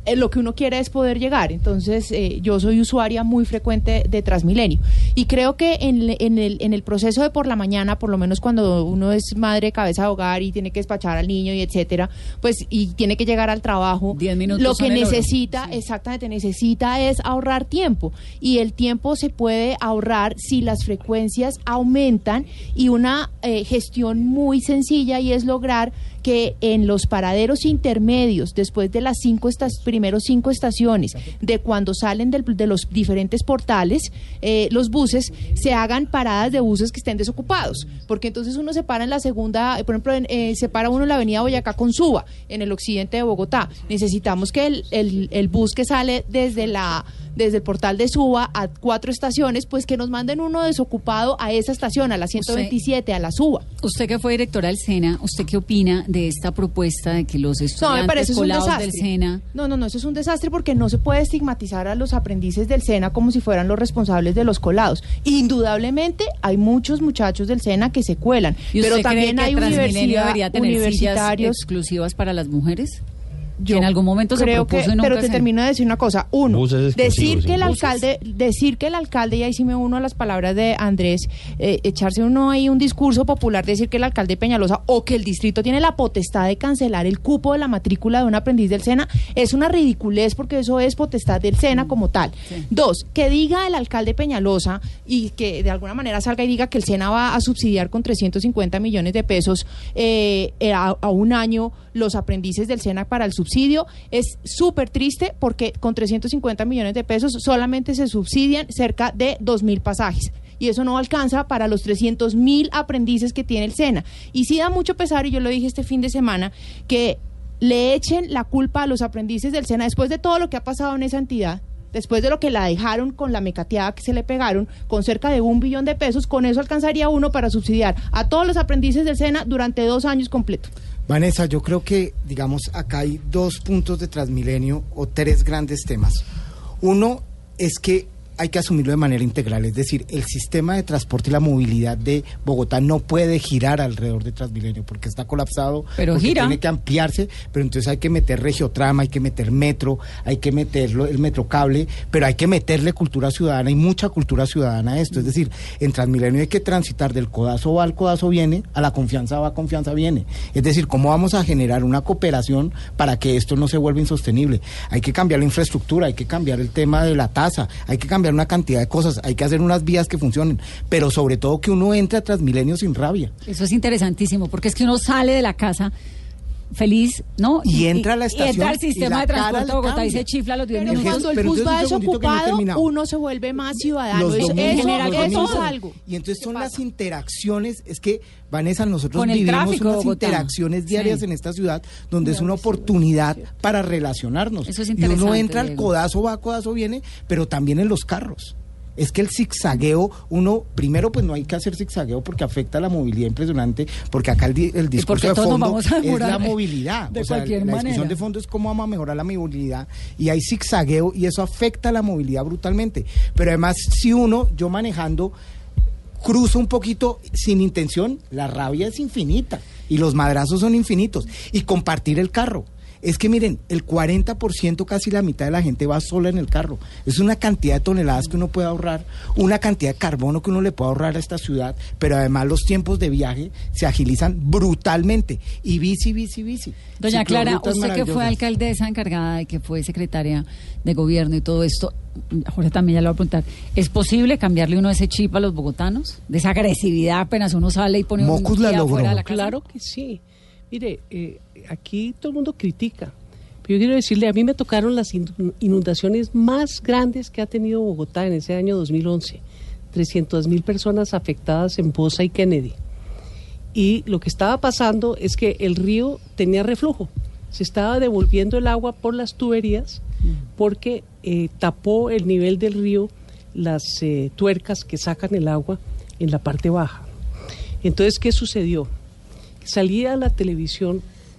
[SPEAKER 5] lo que uno quiere es poder llegar. Entonces, yo soy usuaria muy frecuente de Transmilenio. Y creo que en el proceso de por la mañana, por lo menos cuando uno es madre cabeza de hogar y tiene que despachar al niño y etcétera, pues, y tiene que llegar al trabajo,
[SPEAKER 4] 10 minutos
[SPEAKER 5] lo que necesita,
[SPEAKER 4] sí.
[SPEAKER 5] exactamente, necesita es ahorrar tiempo. Y el tiempo se puede ahorrar si las frecuencias aumentan, y una gestión muy sencilla, y es lograr que en los paraderos intermedios, después de las primeros 5 estaciones, de cuando salen de los diferentes portales, los buses, se hagan paradas de buses que estén desocupados, porque entonces uno se para en la segunda, por ejemplo, se para uno en la avenida Boyacá con Suba, en el occidente de Bogotá. Necesitamos que el bus que sale desde el portal de Suba a 4 estaciones, pues que nos manden uno desocupado a esa estación, a la 127, a la Suba.
[SPEAKER 4] Usted que fue directora del SENA, ¿usted qué opina de esta propuesta de que los estudiantes colados del SENA?
[SPEAKER 5] No, eso es un desastre, porque no se puede estigmatizar a los aprendices del SENA como si fueran los responsables de los colados. Indudablemente hay muchos muchachos del SENA que se cuelan, pero también hay universitarios
[SPEAKER 4] exclusivas para las mujeres. Yo en algún momento se propuso y nunca
[SPEAKER 5] pero te termino de decir una cosa. Uno, decir que el alcalde, y ahí sí me uno a las palabras de Andrés, echarse uno ahí un discurso popular, decir que el alcalde Peñalosa o que el distrito tiene la potestad de cancelar el cupo de la matrícula de un aprendiz del SENA, es una ridiculez, porque eso es potestad del SENA como tal. Sí. 2, que diga el alcalde Peñalosa, y que de alguna manera salga y diga que el SENA va a subsidiar con 350 millones de pesos a un año los aprendices del SENA para el subsidio, es súper triste, porque con 350 millones de pesos solamente se subsidian cerca de 2.000 pasajes. Y eso no alcanza para los 300.000 aprendices que tiene el SENA. Y sí da mucho pesar, y yo lo dije este fin de semana, que le echen la culpa a los aprendices del SENA después de todo lo que ha pasado en esa entidad, después de lo que la dejaron con la mecateada que se le pegaron, con cerca de 1 billón de pesos. Con eso alcanzaría uno para subsidiar a todos los aprendices del SENA durante 2 años completos.
[SPEAKER 8] Vanessa, yo creo que, digamos, acá hay 2 puntos de Transmilenio, o 3 grandes temas. Uno es que hay que asumirlo de manera integral, es decir, el sistema de transporte y la movilidad de Bogotá no puede girar alrededor de Transmilenio, porque está colapsado,
[SPEAKER 4] pero
[SPEAKER 8] porque
[SPEAKER 4] gira.
[SPEAKER 8] Tiene que ampliarse, pero entonces hay que meter regiotrama, hay que meter metro, hay que meterlo el metrocable, pero hay que meterle cultura ciudadana, y mucha cultura ciudadana a esto. Es decir, en Transmilenio hay que transitar del codazo va al codazo viene, a la confianza va, confianza viene. Es decir, ¿cómo vamos a generar una cooperación para que esto no se vuelva insostenible? Hay que cambiar la infraestructura, hay que cambiar el tema de la tasa, hay que cambiar una cantidad de cosas, hay que hacer unas vías que funcionen, pero sobre todo que uno entre a Transmilenio sin rabia.
[SPEAKER 4] Eso es interesantísimo, porque es que uno sale de la casa feliz, ¿no?
[SPEAKER 8] Y entra a la estación,
[SPEAKER 4] y entra al sistema de transporte de Bogotá y se chifla los 10 minutos.
[SPEAKER 5] Cuando el bus va desocupado, uno se vuelve más ciudadano. Eso es algo.
[SPEAKER 8] Y entonces son las interacciones, es que, Vanessa, nosotros vivimos unas interacciones diarias en esta ciudad, donde es una oportunidad para relacionarnos.
[SPEAKER 4] Eso es
[SPEAKER 8] y uno entra al codazo va, codazo viene, pero también en los carros. Es que el zigzagueo, primero pues no hay que hacer zigzagueo porque afecta la movilidad impresionante, porque acá el discurso de fondo es la movilidad.
[SPEAKER 4] De
[SPEAKER 8] la discusión de fondo es cómo vamos a mejorar la movilidad, y hay zigzagueo y eso afecta la movilidad brutalmente. Pero además, si yo manejando cruzo un poquito sin intención, la rabia es infinita y los madrazos son infinitos, y compartir el carro. Es que miren, el 40%, casi la mitad de la gente va sola en el carro. Es una cantidad de toneladas que uno puede ahorrar, una cantidad de carbono que uno le puede ahorrar a esta ciudad, pero además los tiempos de viaje se agilizan brutalmente. Y bici.
[SPEAKER 4] Doña Clara, usted que fue alcaldesa encargada y que fue secretaria de gobierno y todo esto, Jorge también ya le va a preguntar, ¿es posible cambiarle uno ese chip a los bogotanos? De esa agresividad apenas uno sale y pone un día afuera de la casa.
[SPEAKER 7] Claro que sí. Mire, aquí todo el mundo critica, pero yo quiero decirle, a mí me tocaron las inundaciones más grandes que ha tenido Bogotá en ese año 2011, 300.000 personas afectadas en Bosa y Kennedy, y lo que estaba pasando es que el río tenía reflujo, se estaba devolviendo el agua por las tuberías, porque tapó el nivel del río las tuercas que sacan el agua en la parte baja. Entonces, ¿qué sucedió? Salí a la televisión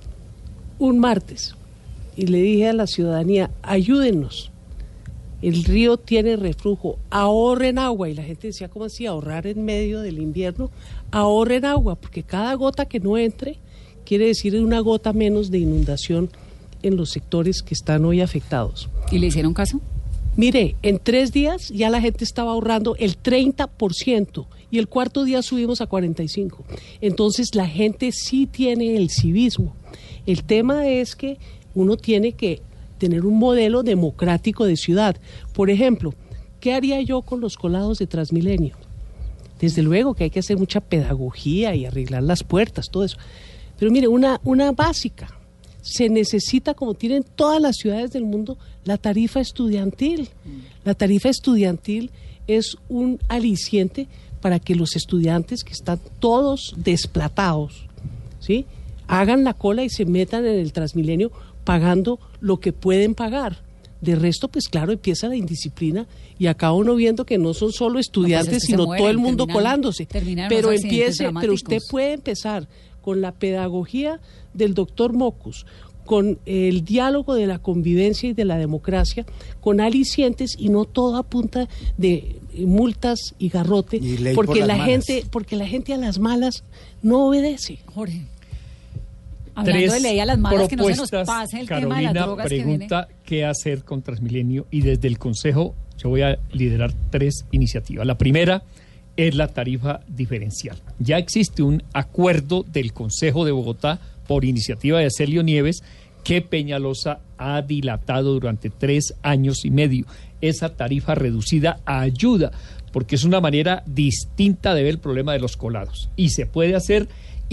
[SPEAKER 7] un martes y le dije a la ciudadanía, ayúdenos, el río tiene reflujo, ahorren agua. Y la gente decía, ¿cómo así? Ahorrar en medio del invierno, ahorren agua, porque cada gota que no entre quiere decir una gota menos de inundación en los sectores que están hoy afectados.
[SPEAKER 4] ¿Y le hicieron caso?
[SPEAKER 7] Mire, en 3 días ya la gente estaba ahorrando el 30% y el cuarto día subimos a 45%. Entonces la gente sí tiene el civismo. El tema es que uno tiene que tener un modelo democrático de ciudad. Por ejemplo, ¿qué haría yo con los colados de Transmilenio? Desde luego que hay que hacer mucha pedagogía y arreglar las puertas, todo eso. Pero mire, una básica. Se necesita, como tienen todas las ciudades del mundo, la tarifa estudiantil. La tarifa estudiantil es un aliciente para que los estudiantes que están todos desplatados, ¿sí?, hagan la cola y se metan en el Transmilenio pagando lo que pueden pagar. De resto, pues claro, empieza la indisciplina y acaba uno viendo que no son solo estudiantes, sino todo el mundo colándose. Pero usted puede empezar con la pedagogía del doctor Mocus, con el diálogo de la convivencia y de la democracia, con alicientes y no todo a punta de multas y garrote, porque la gente a las malas no obedece.
[SPEAKER 4] Jorge, hablando de ley a las malas, que no se nos pase el tema de las drogas que viene.
[SPEAKER 9] Pregunta qué hacer con Transmilenio, y desde el Consejo yo voy a liderar 3 iniciativas. La primera es la tarifa diferencial. Ya existe un acuerdo del Consejo de Bogotá por iniciativa de Celio Nieves que Peñalosa ha dilatado durante 3 años y medio. Esa tarifa reducida ayuda porque es una manera distinta de ver el problema de los colados. Y se puede hacer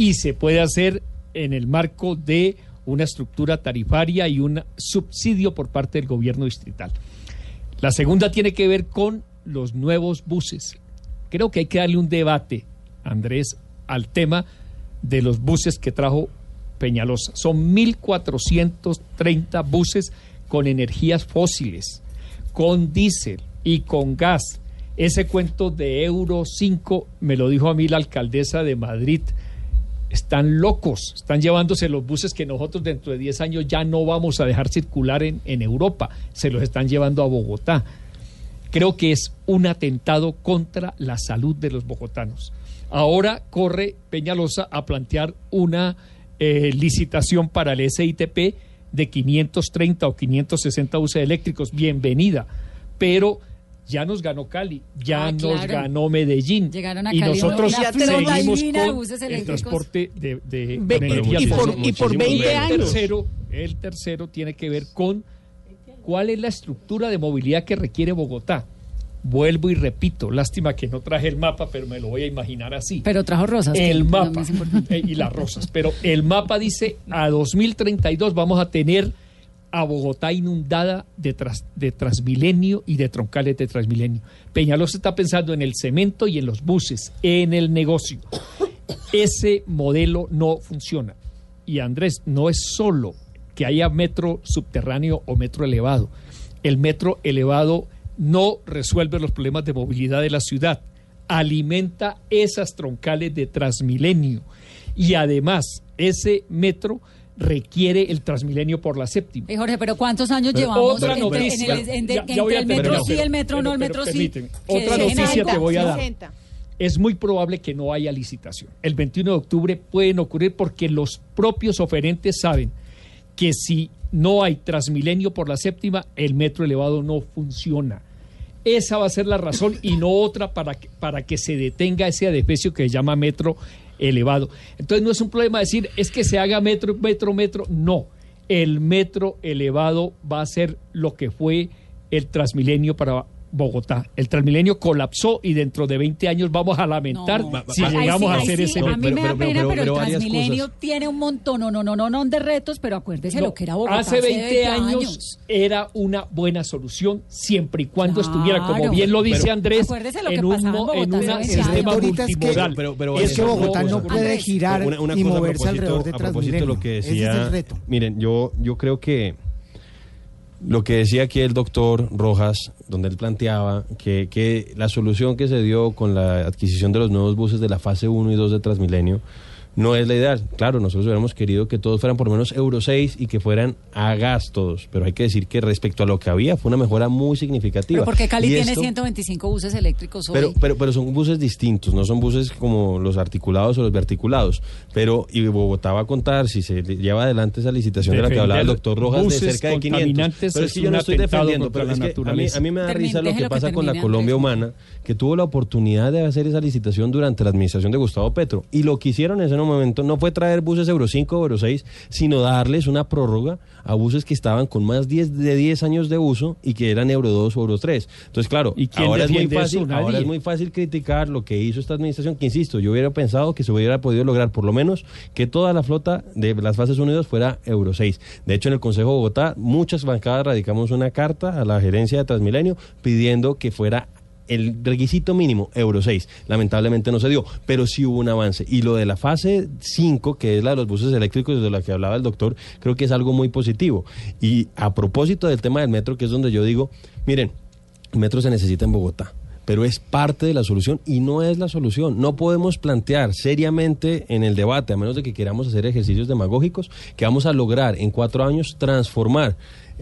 [SPEAKER 9] en el marco de una estructura tarifaria y un subsidio por parte del gobierno distrital. La segunda tiene que ver con los nuevos buses. Creo que hay que darle un debate, Andrés, al tema de los buses que trajo Peñalosa. Son 1.430 buses con energías fósiles, con diésel y con gas. Ese cuento de Euro 5 me lo dijo a mí la alcaldesa de Madrid. Están locos, están llevándose los buses que nosotros dentro de 10 años ya no vamos a dejar circular en Europa. Se los están llevando a Bogotá. Creo que es un atentado contra la salud de los bogotanos. Ahora corre Peñalosa a plantear una licitación para el SITP de 530 o 560 buses eléctricos. Bienvenida, pero ya nos ganó Cali, nos ganó Medellín.
[SPEAKER 4] Llegaron a
[SPEAKER 9] y
[SPEAKER 4] Cali,
[SPEAKER 9] nosotros seguimos con
[SPEAKER 4] buses
[SPEAKER 9] el transporte de
[SPEAKER 7] energía y por 20 años.
[SPEAKER 9] El tercero tiene que ver con cuál es la estructura de movilidad que requiere Bogotá. Vuelvo y repito, lástima que no traje el mapa, pero me lo voy a imaginar así.
[SPEAKER 4] Pero trajo rosas.
[SPEAKER 9] El mapa y las rosas, pero el mapa dice a 2032 vamos a tener a Bogotá inundada de Transmilenio y de troncales de Transmilenio. Peñalosa está pensando en el cemento y en los buses, en el negocio. Ese modelo no funciona. Y Andrés, no es solo que haya metro subterráneo o metro elevado. El metro elevado no resuelve los problemas de movilidad de la ciudad, alimenta esas troncales de Transmilenio y además ese metro requiere el Transmilenio por la séptima.
[SPEAKER 4] Jorge, pero ¿cuántos años llevamos
[SPEAKER 9] otra noticia,
[SPEAKER 4] entre el metro sí, el metro no, el metro sí?
[SPEAKER 9] Otra noticia te voy a dar. Es muy probable que no haya licitación. El 21 de octubre pueden ocurrir porque los propios oferentes saben que si no hay Transmilenio por la séptima, el metro elevado no funciona. Esa va a ser la razón y no otra para que se detenga ese adefesio que se llama metro elevado. Entonces no es un problema decir, es que se haga metro. No, el metro elevado va a ser lo que fue el Transmilenio para Bogotá. El Transmilenio colapsó y dentro de 20 años vamos a lamentar si llegamos a hacer ese metro.
[SPEAKER 4] A mí me da pena, pero el Transmilenio tiene un montón de retos, pero acuérdese lo que era Bogotá
[SPEAKER 9] hace 20 años. Era una buena solución siempre y cuando estuviera, como bien lo dice Andrés, en un sistema multimodal.
[SPEAKER 8] Es que Bogotá no puede girar y moverse alrededor de Transmilenio.
[SPEAKER 6] A propósito de lo que decía,
[SPEAKER 8] ese es el reto.
[SPEAKER 6] Miren, yo creo que lo que decía aquí el doctor Rojas, donde él planteaba que la solución que se dio con la adquisición de los nuevos buses de la fase 1 y 2 de Transmilenio no es la ideal. Claro, nosotros hubiéramos querido que todos fueran por lo menos Euro 6 y que fueran a gas todos, pero hay que decir que respecto a lo que había fue una mejora muy significativa.
[SPEAKER 4] Pero porque Cali
[SPEAKER 6] Y
[SPEAKER 4] tiene
[SPEAKER 6] esto,
[SPEAKER 4] 125 buses eléctricos hoy.
[SPEAKER 6] pero son buses distintos, no son buses como los articulados o los verticulados. Y Bogotá va a contar, si se lleva adelante esa licitación de la que hablaba el doctor Rojas, de cerca de 500. Pero es que yo no estoy defendiendo, pero es que a mí me da risa lo que pasa con la Colombia Humana, que tuvo la oportunidad de hacer esa licitación durante la administración de Gustavo Petro. Y lo que hicieron en ese momento no fue traer buses Euro 5 o Euro 6, sino darles una prórroga a buses que estaban con más de 10 años de uso y que eran Euro 2 o Euro 3. Entonces, claro, ahora es muy fácil criticar lo que hizo esta administración, que insisto, yo hubiera pensado que se hubiera podido lograr por lo menos que toda la flota de las fases 1 y 2 fuera Euro 6. De hecho, en el Consejo de Bogotá, muchas bancadas radicamos una carta a la gerencia de Transmilenio pidiendo que fuera el requisito mínimo, Euro 6. Lamentablemente no se dio, pero sí hubo un avance. Y lo de la fase 5, que es la de los buses eléctricos de la que hablaba el doctor, creo que es algo muy positivo. Y a propósito del tema del metro, que es donde yo digo, miren, el metro se necesita en Bogotá, pero es parte de la solución y no es la solución. No podemos plantear seriamente en el debate, a menos de que queramos hacer ejercicios demagógicos, que vamos a lograr en 4 años transformar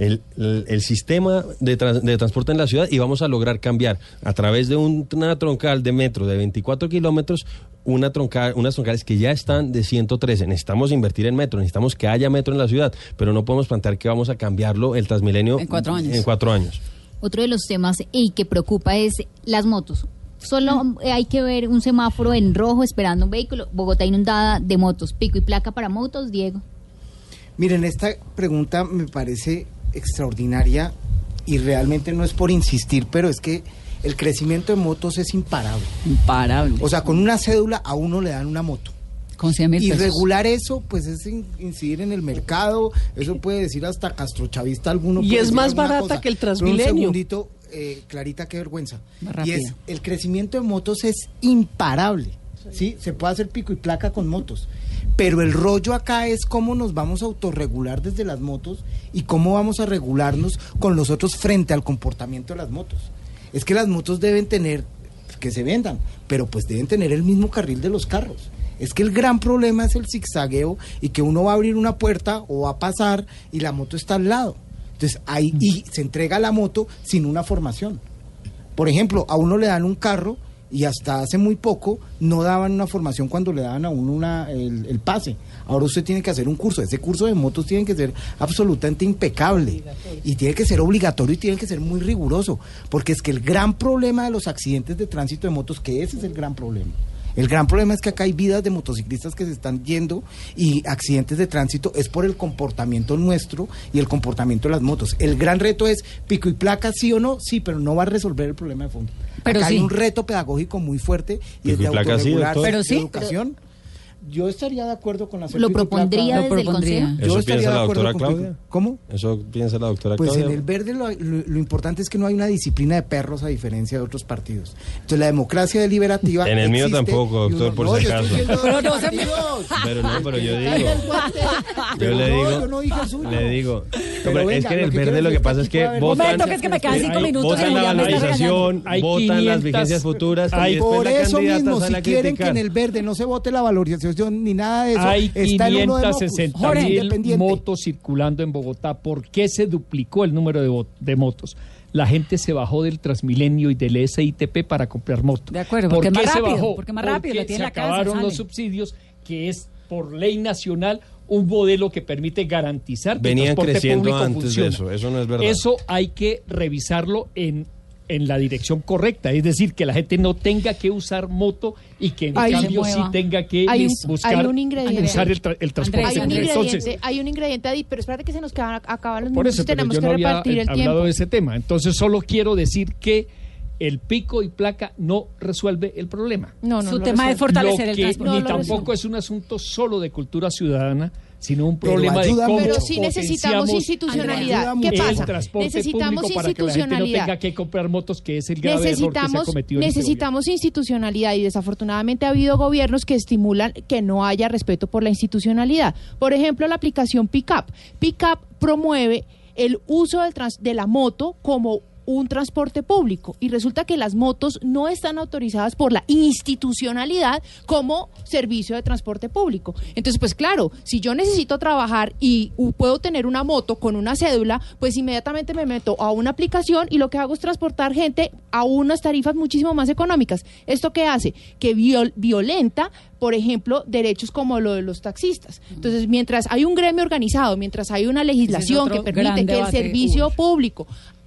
[SPEAKER 6] el sistema de transporte en la ciudad y vamos a lograr cambiar a través de una troncal de metro de 24 kilómetros, unas troncales que ya están de 113. Necesitamos invertir en metro, necesitamos que haya metro en la ciudad, pero no podemos plantear que vamos a cambiarlo el Transmilenio
[SPEAKER 4] en 4 años.
[SPEAKER 6] En 4 años.
[SPEAKER 10] Otro de los temas y que preocupa es las motos. Solo hay que ver un semáforo en rojo esperando un vehículo. Bogotá inundada de motos. Pico y placa para motos, Diego.
[SPEAKER 8] Miren, esta pregunta me parece extraordinaria y realmente no es por insistir, pero es que el crecimiento de motos es imparable.
[SPEAKER 4] Imparable.
[SPEAKER 8] O sea, con una cédula a uno le dan una moto.
[SPEAKER 4] Con 100.000
[SPEAKER 8] y
[SPEAKER 4] pesos.
[SPEAKER 8] regular eso, pues es incidir en el mercado, eso puede decir hasta castrochavista alguno.
[SPEAKER 7] Y es más barata cosa. Que el Transmilenio.
[SPEAKER 8] Pero un segundito, Clarita, qué vergüenza. Y es, el crecimiento de motos es imparable, ¿sí? Se puede hacer pico y placa con motos. Pero el rollo acá es cómo nos vamos a autorregular desde las motos y cómo vamos a regularnos con los otros frente al comportamiento de las motos. Es que las motos deben tener, que se vendan, pero pues deben tener el mismo carril de los carros. Es que el gran problema es el zigzagueo y que uno va a abrir una puerta o va a pasar y la moto está al lado. Entonces ahí y se entrega la moto sin una formación. Por ejemplo, a uno le dan un carro y hasta hace muy poco no daban una formación cuando le daban a uno el pase. Ahora usted tiene que hacer un curso. Ese curso de motos tiene que ser absolutamente impecable y tiene que ser obligatorio y tiene que ser muy riguroso, porque es que el gran problema de los accidentes de tránsito de motos, que ese es el gran problema. El gran problema es que acá hay vidas de motociclistas que se están yendo y accidentes de tránsito es por el comportamiento nuestro y el comportamiento de las motos. El gran reto es pico y placa, sí o no, sí, pero no va a resolver el problema de fondo. Pero acá sí hay un reto pedagógico muy fuerte y es de autorregularse,
[SPEAKER 6] pero
[SPEAKER 8] sí, educación. Yo estaría de acuerdo con hacer
[SPEAKER 10] ¿Lo propondría desde el Consejo?
[SPEAKER 8] Yo estaría de acuerdo con
[SPEAKER 6] Claudia.
[SPEAKER 8] ¿Cómo?
[SPEAKER 6] ¿Eso piensa la doctora
[SPEAKER 8] Claudia?
[SPEAKER 6] Pues
[SPEAKER 8] en el verde lo importante es que no hay una disciplina de perros a diferencia de otros partidos. Entonces la democracia deliberativa
[SPEAKER 6] en el mío tampoco, doctor, por si
[SPEAKER 8] acaso.
[SPEAKER 6] Pero yo digo. Le digo. Pero es que en el verde lo que pasa es que votan.
[SPEAKER 4] Que es que me quedan 5 minutos.
[SPEAKER 6] Votan la valorización, votan las vigencias futuras.
[SPEAKER 8] Por eso mismo, si quieren que en el verde no se vote la valorización ni nada de eso,
[SPEAKER 9] hay
[SPEAKER 8] está
[SPEAKER 9] 560.000 motos circulando en Bogotá. ¿Por qué se duplicó el número de motos? La gente se bajó del Transmilenio y del SITP para comprar motos.
[SPEAKER 4] De acuerdo, porque más rápido, porque más rápido lo tiene la casa.
[SPEAKER 9] Acabaron los subsidios, que es por ley nacional un modelo que permite garantizar que el transporte público
[SPEAKER 6] antes
[SPEAKER 9] funciona.
[SPEAKER 6] De eso no es verdad.
[SPEAKER 9] Eso hay que revisarlo en la dirección correcta, es decir, que la gente no tenga que usar moto y que en cambio sí tenga que buscar usar el transporte público.
[SPEAKER 5] Hay un ingrediente, pero espérate que se nos acaban los
[SPEAKER 9] minutos. Por eso,
[SPEAKER 5] tenemos
[SPEAKER 9] yo
[SPEAKER 5] que
[SPEAKER 9] no
[SPEAKER 5] repartir el tiempo.
[SPEAKER 9] Hablado de ese tema, entonces solo quiero decir que el pico y placa no resuelve el problema.
[SPEAKER 4] Su tema es fortalecer el transporte.
[SPEAKER 9] Ni tampoco es un asunto solo de cultura ciudadana, sino un problema de cómo
[SPEAKER 5] pero sí necesitamos institucionalidad. ¿Qué pasa?
[SPEAKER 9] El transporte público para que la gente no tenga que comprar motos, que es el grave error que se ha cometido.
[SPEAKER 5] Necesitamos institucionalidad y desafortunadamente ha habido gobiernos que estimulan que no haya respeto por la institucionalidad. Por ejemplo, la aplicación Pickup. Pickup promueve el uso de la moto como un transporte público y resulta que las motos no están autorizadas por la institucionalidad como servicio de transporte público. Entonces, pues claro, si yo necesito trabajar y puedo tener una moto con una cédula, pues inmediatamente me meto a una aplicación y lo que hago es transportar gente a unas tarifas muchísimo más económicas. ¿Esto qué hace? Que violenta, por ejemplo, derechos como lo de los taxistas. Entonces, mientras hay un gremio organizado, mientras hay una legislación que permite que el servicio público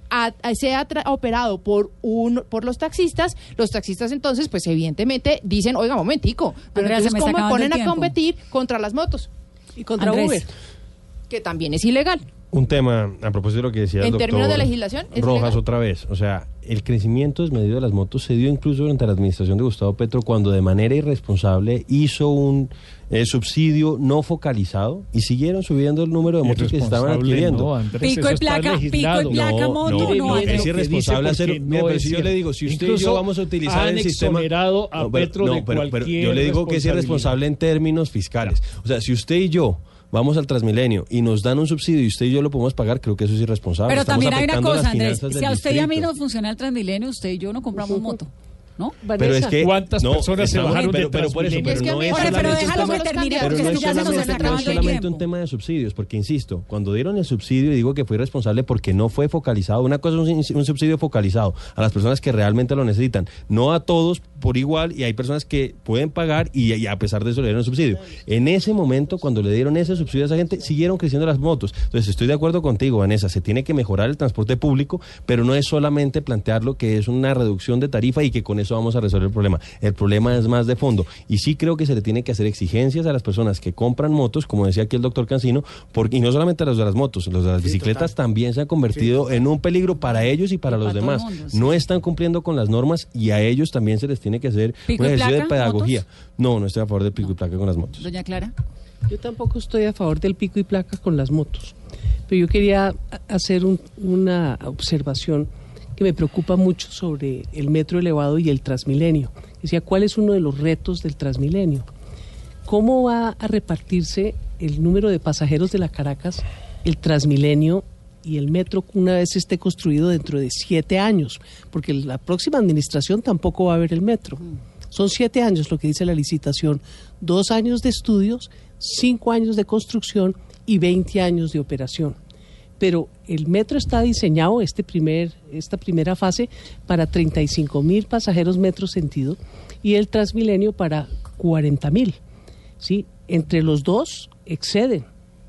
[SPEAKER 5] sea operado por los taxistas entonces, pues evidentemente dicen, oiga, momentico, pero
[SPEAKER 4] Andrea,
[SPEAKER 5] entonces ¿cómo me ponen a
[SPEAKER 4] tiempo.
[SPEAKER 5] competir contra las motos?
[SPEAKER 7] Y contra
[SPEAKER 4] Andrés.
[SPEAKER 7] Uber.
[SPEAKER 5] Que también es ilegal.
[SPEAKER 6] Un tema, a propósito de lo que decía el
[SPEAKER 5] En
[SPEAKER 6] doctor
[SPEAKER 5] términos de legislación, es
[SPEAKER 6] Rojas
[SPEAKER 5] ilegal.
[SPEAKER 6] otra vez, o sea, el crecimiento desmedido de las motos se dio incluso durante la administración de Gustavo Petro cuando de manera irresponsable hizo un subsidio no focalizado y siguieron subiendo el número de motos que se estaban adquiriendo.
[SPEAKER 9] No, Andrés,
[SPEAKER 4] Pico
[SPEAKER 9] eso
[SPEAKER 4] y
[SPEAKER 9] está
[SPEAKER 4] placa,
[SPEAKER 9] legislado.
[SPEAKER 4] moto, no,
[SPEAKER 9] mire,
[SPEAKER 6] es
[SPEAKER 9] lo que
[SPEAKER 6] irresponsable
[SPEAKER 9] dice,
[SPEAKER 6] hacer.
[SPEAKER 9] porque
[SPEAKER 6] Mira,
[SPEAKER 9] no
[SPEAKER 6] pero
[SPEAKER 9] es
[SPEAKER 6] si yo
[SPEAKER 9] cierto.
[SPEAKER 6] le digo, si usted y
[SPEAKER 9] Incluso
[SPEAKER 6] yo vamos a utilizar
[SPEAKER 9] han
[SPEAKER 6] el sistema.
[SPEAKER 9] exonerado a Petro de
[SPEAKER 6] pero
[SPEAKER 9] cualquier
[SPEAKER 6] yo le digo que es irresponsable en términos fiscales. O sea, si usted y yo vamos al Transmilenio y nos dan un subsidio y usted y yo lo podemos pagar, creo que eso es irresponsable.
[SPEAKER 4] Pero
[SPEAKER 6] Estamos
[SPEAKER 4] también hay una
[SPEAKER 6] afectando
[SPEAKER 4] cosa,
[SPEAKER 6] las
[SPEAKER 4] Andrés,
[SPEAKER 6] finanzas
[SPEAKER 4] si a
[SPEAKER 6] del
[SPEAKER 4] usted y a mí
[SPEAKER 6] distrito.
[SPEAKER 4] nos funciona el Transmilenio, usted y yo no compramos moto, ¿no?
[SPEAKER 6] Pero es que
[SPEAKER 9] ¿cuántas personas se bajaron del
[SPEAKER 6] pero por eso,
[SPEAKER 9] Transmilenio?
[SPEAKER 6] pero
[SPEAKER 5] Es que
[SPEAKER 6] no
[SPEAKER 5] a mí-
[SPEAKER 6] es
[SPEAKER 5] Jorge, pero
[SPEAKER 6] solamente un
[SPEAKER 5] déjalo
[SPEAKER 6] tema-
[SPEAKER 5] que termine,
[SPEAKER 6] pero
[SPEAKER 5] porque
[SPEAKER 6] no
[SPEAKER 5] es
[SPEAKER 6] es
[SPEAKER 5] que ya se nos
[SPEAKER 6] solamente,
[SPEAKER 5] está
[SPEAKER 6] no es
[SPEAKER 5] acabando el
[SPEAKER 6] solamente
[SPEAKER 5] tiempo.
[SPEAKER 6] un tema de subsidios, porque insisto, cuando dieron el subsidio, y digo que fue irresponsable porque no fue focalizado. Una cosa es un subsidio focalizado a las personas que realmente lo necesitan, no a todos por igual, y hay personas que pueden pagar y a pesar de eso le dieron el subsidio. En ese momento, cuando le dieron ese subsidio a esa gente, siguieron creciendo las motos. Entonces, estoy de acuerdo contigo, Vanessa, se tiene que mejorar el transporte público, pero no es solamente plantearlo que es una reducción de tarifa y que con eso vamos a resolver el problema. El problema es más de fondo. Y sí creo que se le tiene que hacer exigencias a las personas que compran motos, como decía aquí el doctor Cancino, y no solamente a los de las motos, los de las bicicletas también se han convertido en un peligro para ellos y para los
[SPEAKER 4] para todo
[SPEAKER 6] demás.
[SPEAKER 4] el mundo, sí.
[SPEAKER 6] No están cumpliendo con las normas y a ellos también se les tiene que hacer
[SPEAKER 4] ¿Pico
[SPEAKER 6] un
[SPEAKER 4] y
[SPEAKER 6] ejercicio de
[SPEAKER 4] placa,
[SPEAKER 6] pedagogía.
[SPEAKER 4] motos?
[SPEAKER 6] No estoy a favor del pico y placa con las motos.
[SPEAKER 4] Doña Clara.
[SPEAKER 7] Yo tampoco estoy a favor del pico y placa con las motos, pero yo quería hacer una observación que me preocupa mucho sobre el metro elevado y el Transmilenio. Decía, ¿cuál es uno de los retos del Transmilenio? ¿Cómo va a repartirse el número de pasajeros de la Caracas, el Transmilenio y el metro una vez esté construido dentro de 7 años? Porque la próxima administración tampoco va a haber el metro. Son 7 años lo que dice la licitación, 2 años de estudios, 5 años de construcción y 20 años de operación. Pero el metro está diseñado, esta primera fase, para 35.000 pasajeros metro sentido y el Transmilenio para 40.000. ¿Sí? Entre los dos exceden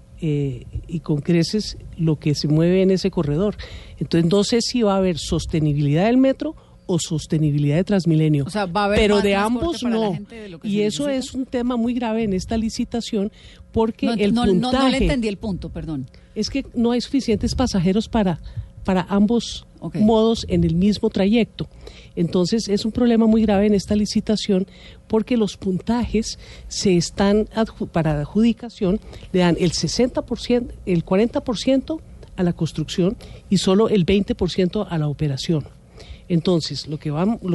[SPEAKER 7] y con creces lo que se mueve en ese corredor. Entonces no sé si va a haber sostenibilidad del metro o sostenibilidad de Transmilenio,
[SPEAKER 4] O sea, va a haber
[SPEAKER 7] pero
[SPEAKER 4] más
[SPEAKER 7] de
[SPEAKER 4] transporte
[SPEAKER 7] ambos
[SPEAKER 4] para la
[SPEAKER 7] no.
[SPEAKER 4] gente de lo que
[SPEAKER 7] Y
[SPEAKER 4] se
[SPEAKER 7] eso
[SPEAKER 4] necesita.
[SPEAKER 7] es un tema muy grave en esta licitación porque el
[SPEAKER 4] no
[SPEAKER 7] puntaje
[SPEAKER 4] le entendí el punto, perdón.
[SPEAKER 7] es que no hay suficientes pasajeros para ambos
[SPEAKER 4] Ok.
[SPEAKER 7] modos en el mismo trayecto. Entonces es un problema muy grave en esta licitación porque los puntajes se están para adjudicación le dan el 60%, el 40% a la construcción y solo el 20% a la operación. Entonces, el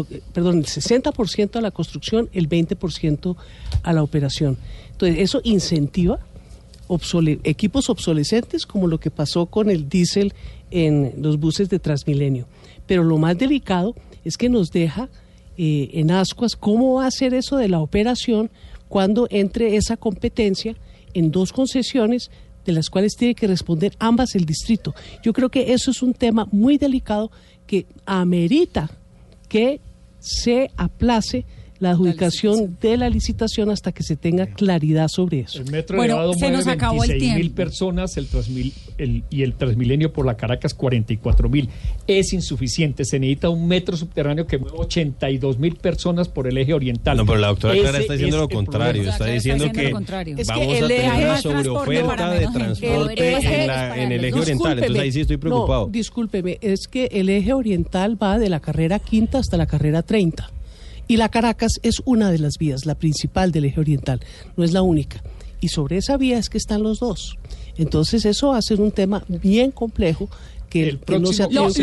[SPEAKER 7] 60% a la construcción, el 20% a la operación. Entonces, eso incentiva equipos obsolescentes como lo que pasó con el diésel en los buses de Transmilenio. Pero lo más delicado es que nos deja en ascuas cómo va a ser eso de la operación cuando entre esa competencia en 2 concesiones de las cuales tiene que responder ambas el distrito. Yo creo que eso es un tema muy delicado que amerita que se aplace la adjudicación de la licitación hasta que se tenga claridad sobre eso.
[SPEAKER 9] El metro
[SPEAKER 4] Bueno,
[SPEAKER 9] elevado
[SPEAKER 4] se
[SPEAKER 9] mueve
[SPEAKER 4] nos acabó el
[SPEAKER 9] 26.000
[SPEAKER 4] tiempo.
[SPEAKER 9] personas, y el Transmilenio por la Caracas 44.000. Es insuficiente. Se necesita un metro subterráneo que mueva 82.000 personas por el eje oriental.
[SPEAKER 6] No, pero la doctora Clara
[SPEAKER 9] Ese
[SPEAKER 6] está diciendo
[SPEAKER 9] es
[SPEAKER 6] lo
[SPEAKER 9] el
[SPEAKER 6] contrario.
[SPEAKER 9] problema.
[SPEAKER 6] Está
[SPEAKER 4] Clara está
[SPEAKER 6] diciendo
[SPEAKER 4] diciendo
[SPEAKER 6] que
[SPEAKER 4] lo contrario.
[SPEAKER 7] Es que
[SPEAKER 6] vamos a
[SPEAKER 7] el
[SPEAKER 6] tener
[SPEAKER 7] eje
[SPEAKER 6] una
[SPEAKER 7] más
[SPEAKER 4] transporte
[SPEAKER 6] sobreoferta
[SPEAKER 4] para
[SPEAKER 6] de
[SPEAKER 4] menos gente.
[SPEAKER 6] transporte
[SPEAKER 4] El eje
[SPEAKER 6] en el eje oriental.
[SPEAKER 7] Discúlpeme.
[SPEAKER 6] Entonces ahí sí estoy preocupado.
[SPEAKER 7] No, discúlpeme, es que el eje oriental va de la carrera quinta hasta la carrera 30. Y la Caracas es una de las vías, la principal del eje oriental, no es la única. Y sobre esa vía es que están los dos. Entonces eso va a ser un tema bien complejo
[SPEAKER 9] El
[SPEAKER 7] que no se
[SPEAKER 9] próximo
[SPEAKER 7] atreve.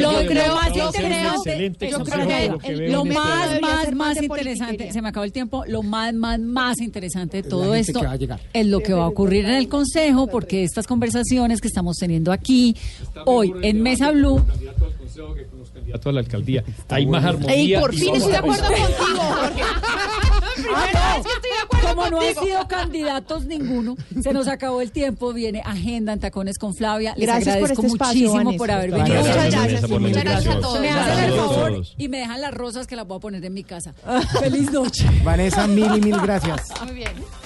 [SPEAKER 4] Lo más interesante, se me acabó el tiempo, lo más interesante de todo esto es lo que va a ocurrir en el Consejo, porque estas conversaciones que estamos teniendo aquí hoy en Mesa Blue,
[SPEAKER 9] candidato a la alcaldía. Hay más armonía.
[SPEAKER 5] Y por fin estoy de acuerdo contigo, Jorge.
[SPEAKER 4] Como no han sido candidatos ninguno, se nos acabó el tiempo. Viene Agenda en Tacones con Flavia. Les
[SPEAKER 5] Gracias
[SPEAKER 4] agradezco
[SPEAKER 5] por este
[SPEAKER 4] muchísimo
[SPEAKER 5] espacio,
[SPEAKER 4] por haber
[SPEAKER 5] Vanessa.
[SPEAKER 4] venido.
[SPEAKER 5] Muchas gracias.
[SPEAKER 6] Muchas gracias
[SPEAKER 5] a todos.
[SPEAKER 4] Me hacen el
[SPEAKER 6] Gracias a
[SPEAKER 4] favor
[SPEAKER 6] todos.
[SPEAKER 4] y me dejan las rosas que las voy a poner en mi casa. Feliz noche.
[SPEAKER 8] Vanessa, mil y mil gracias.
[SPEAKER 5] Muy bien.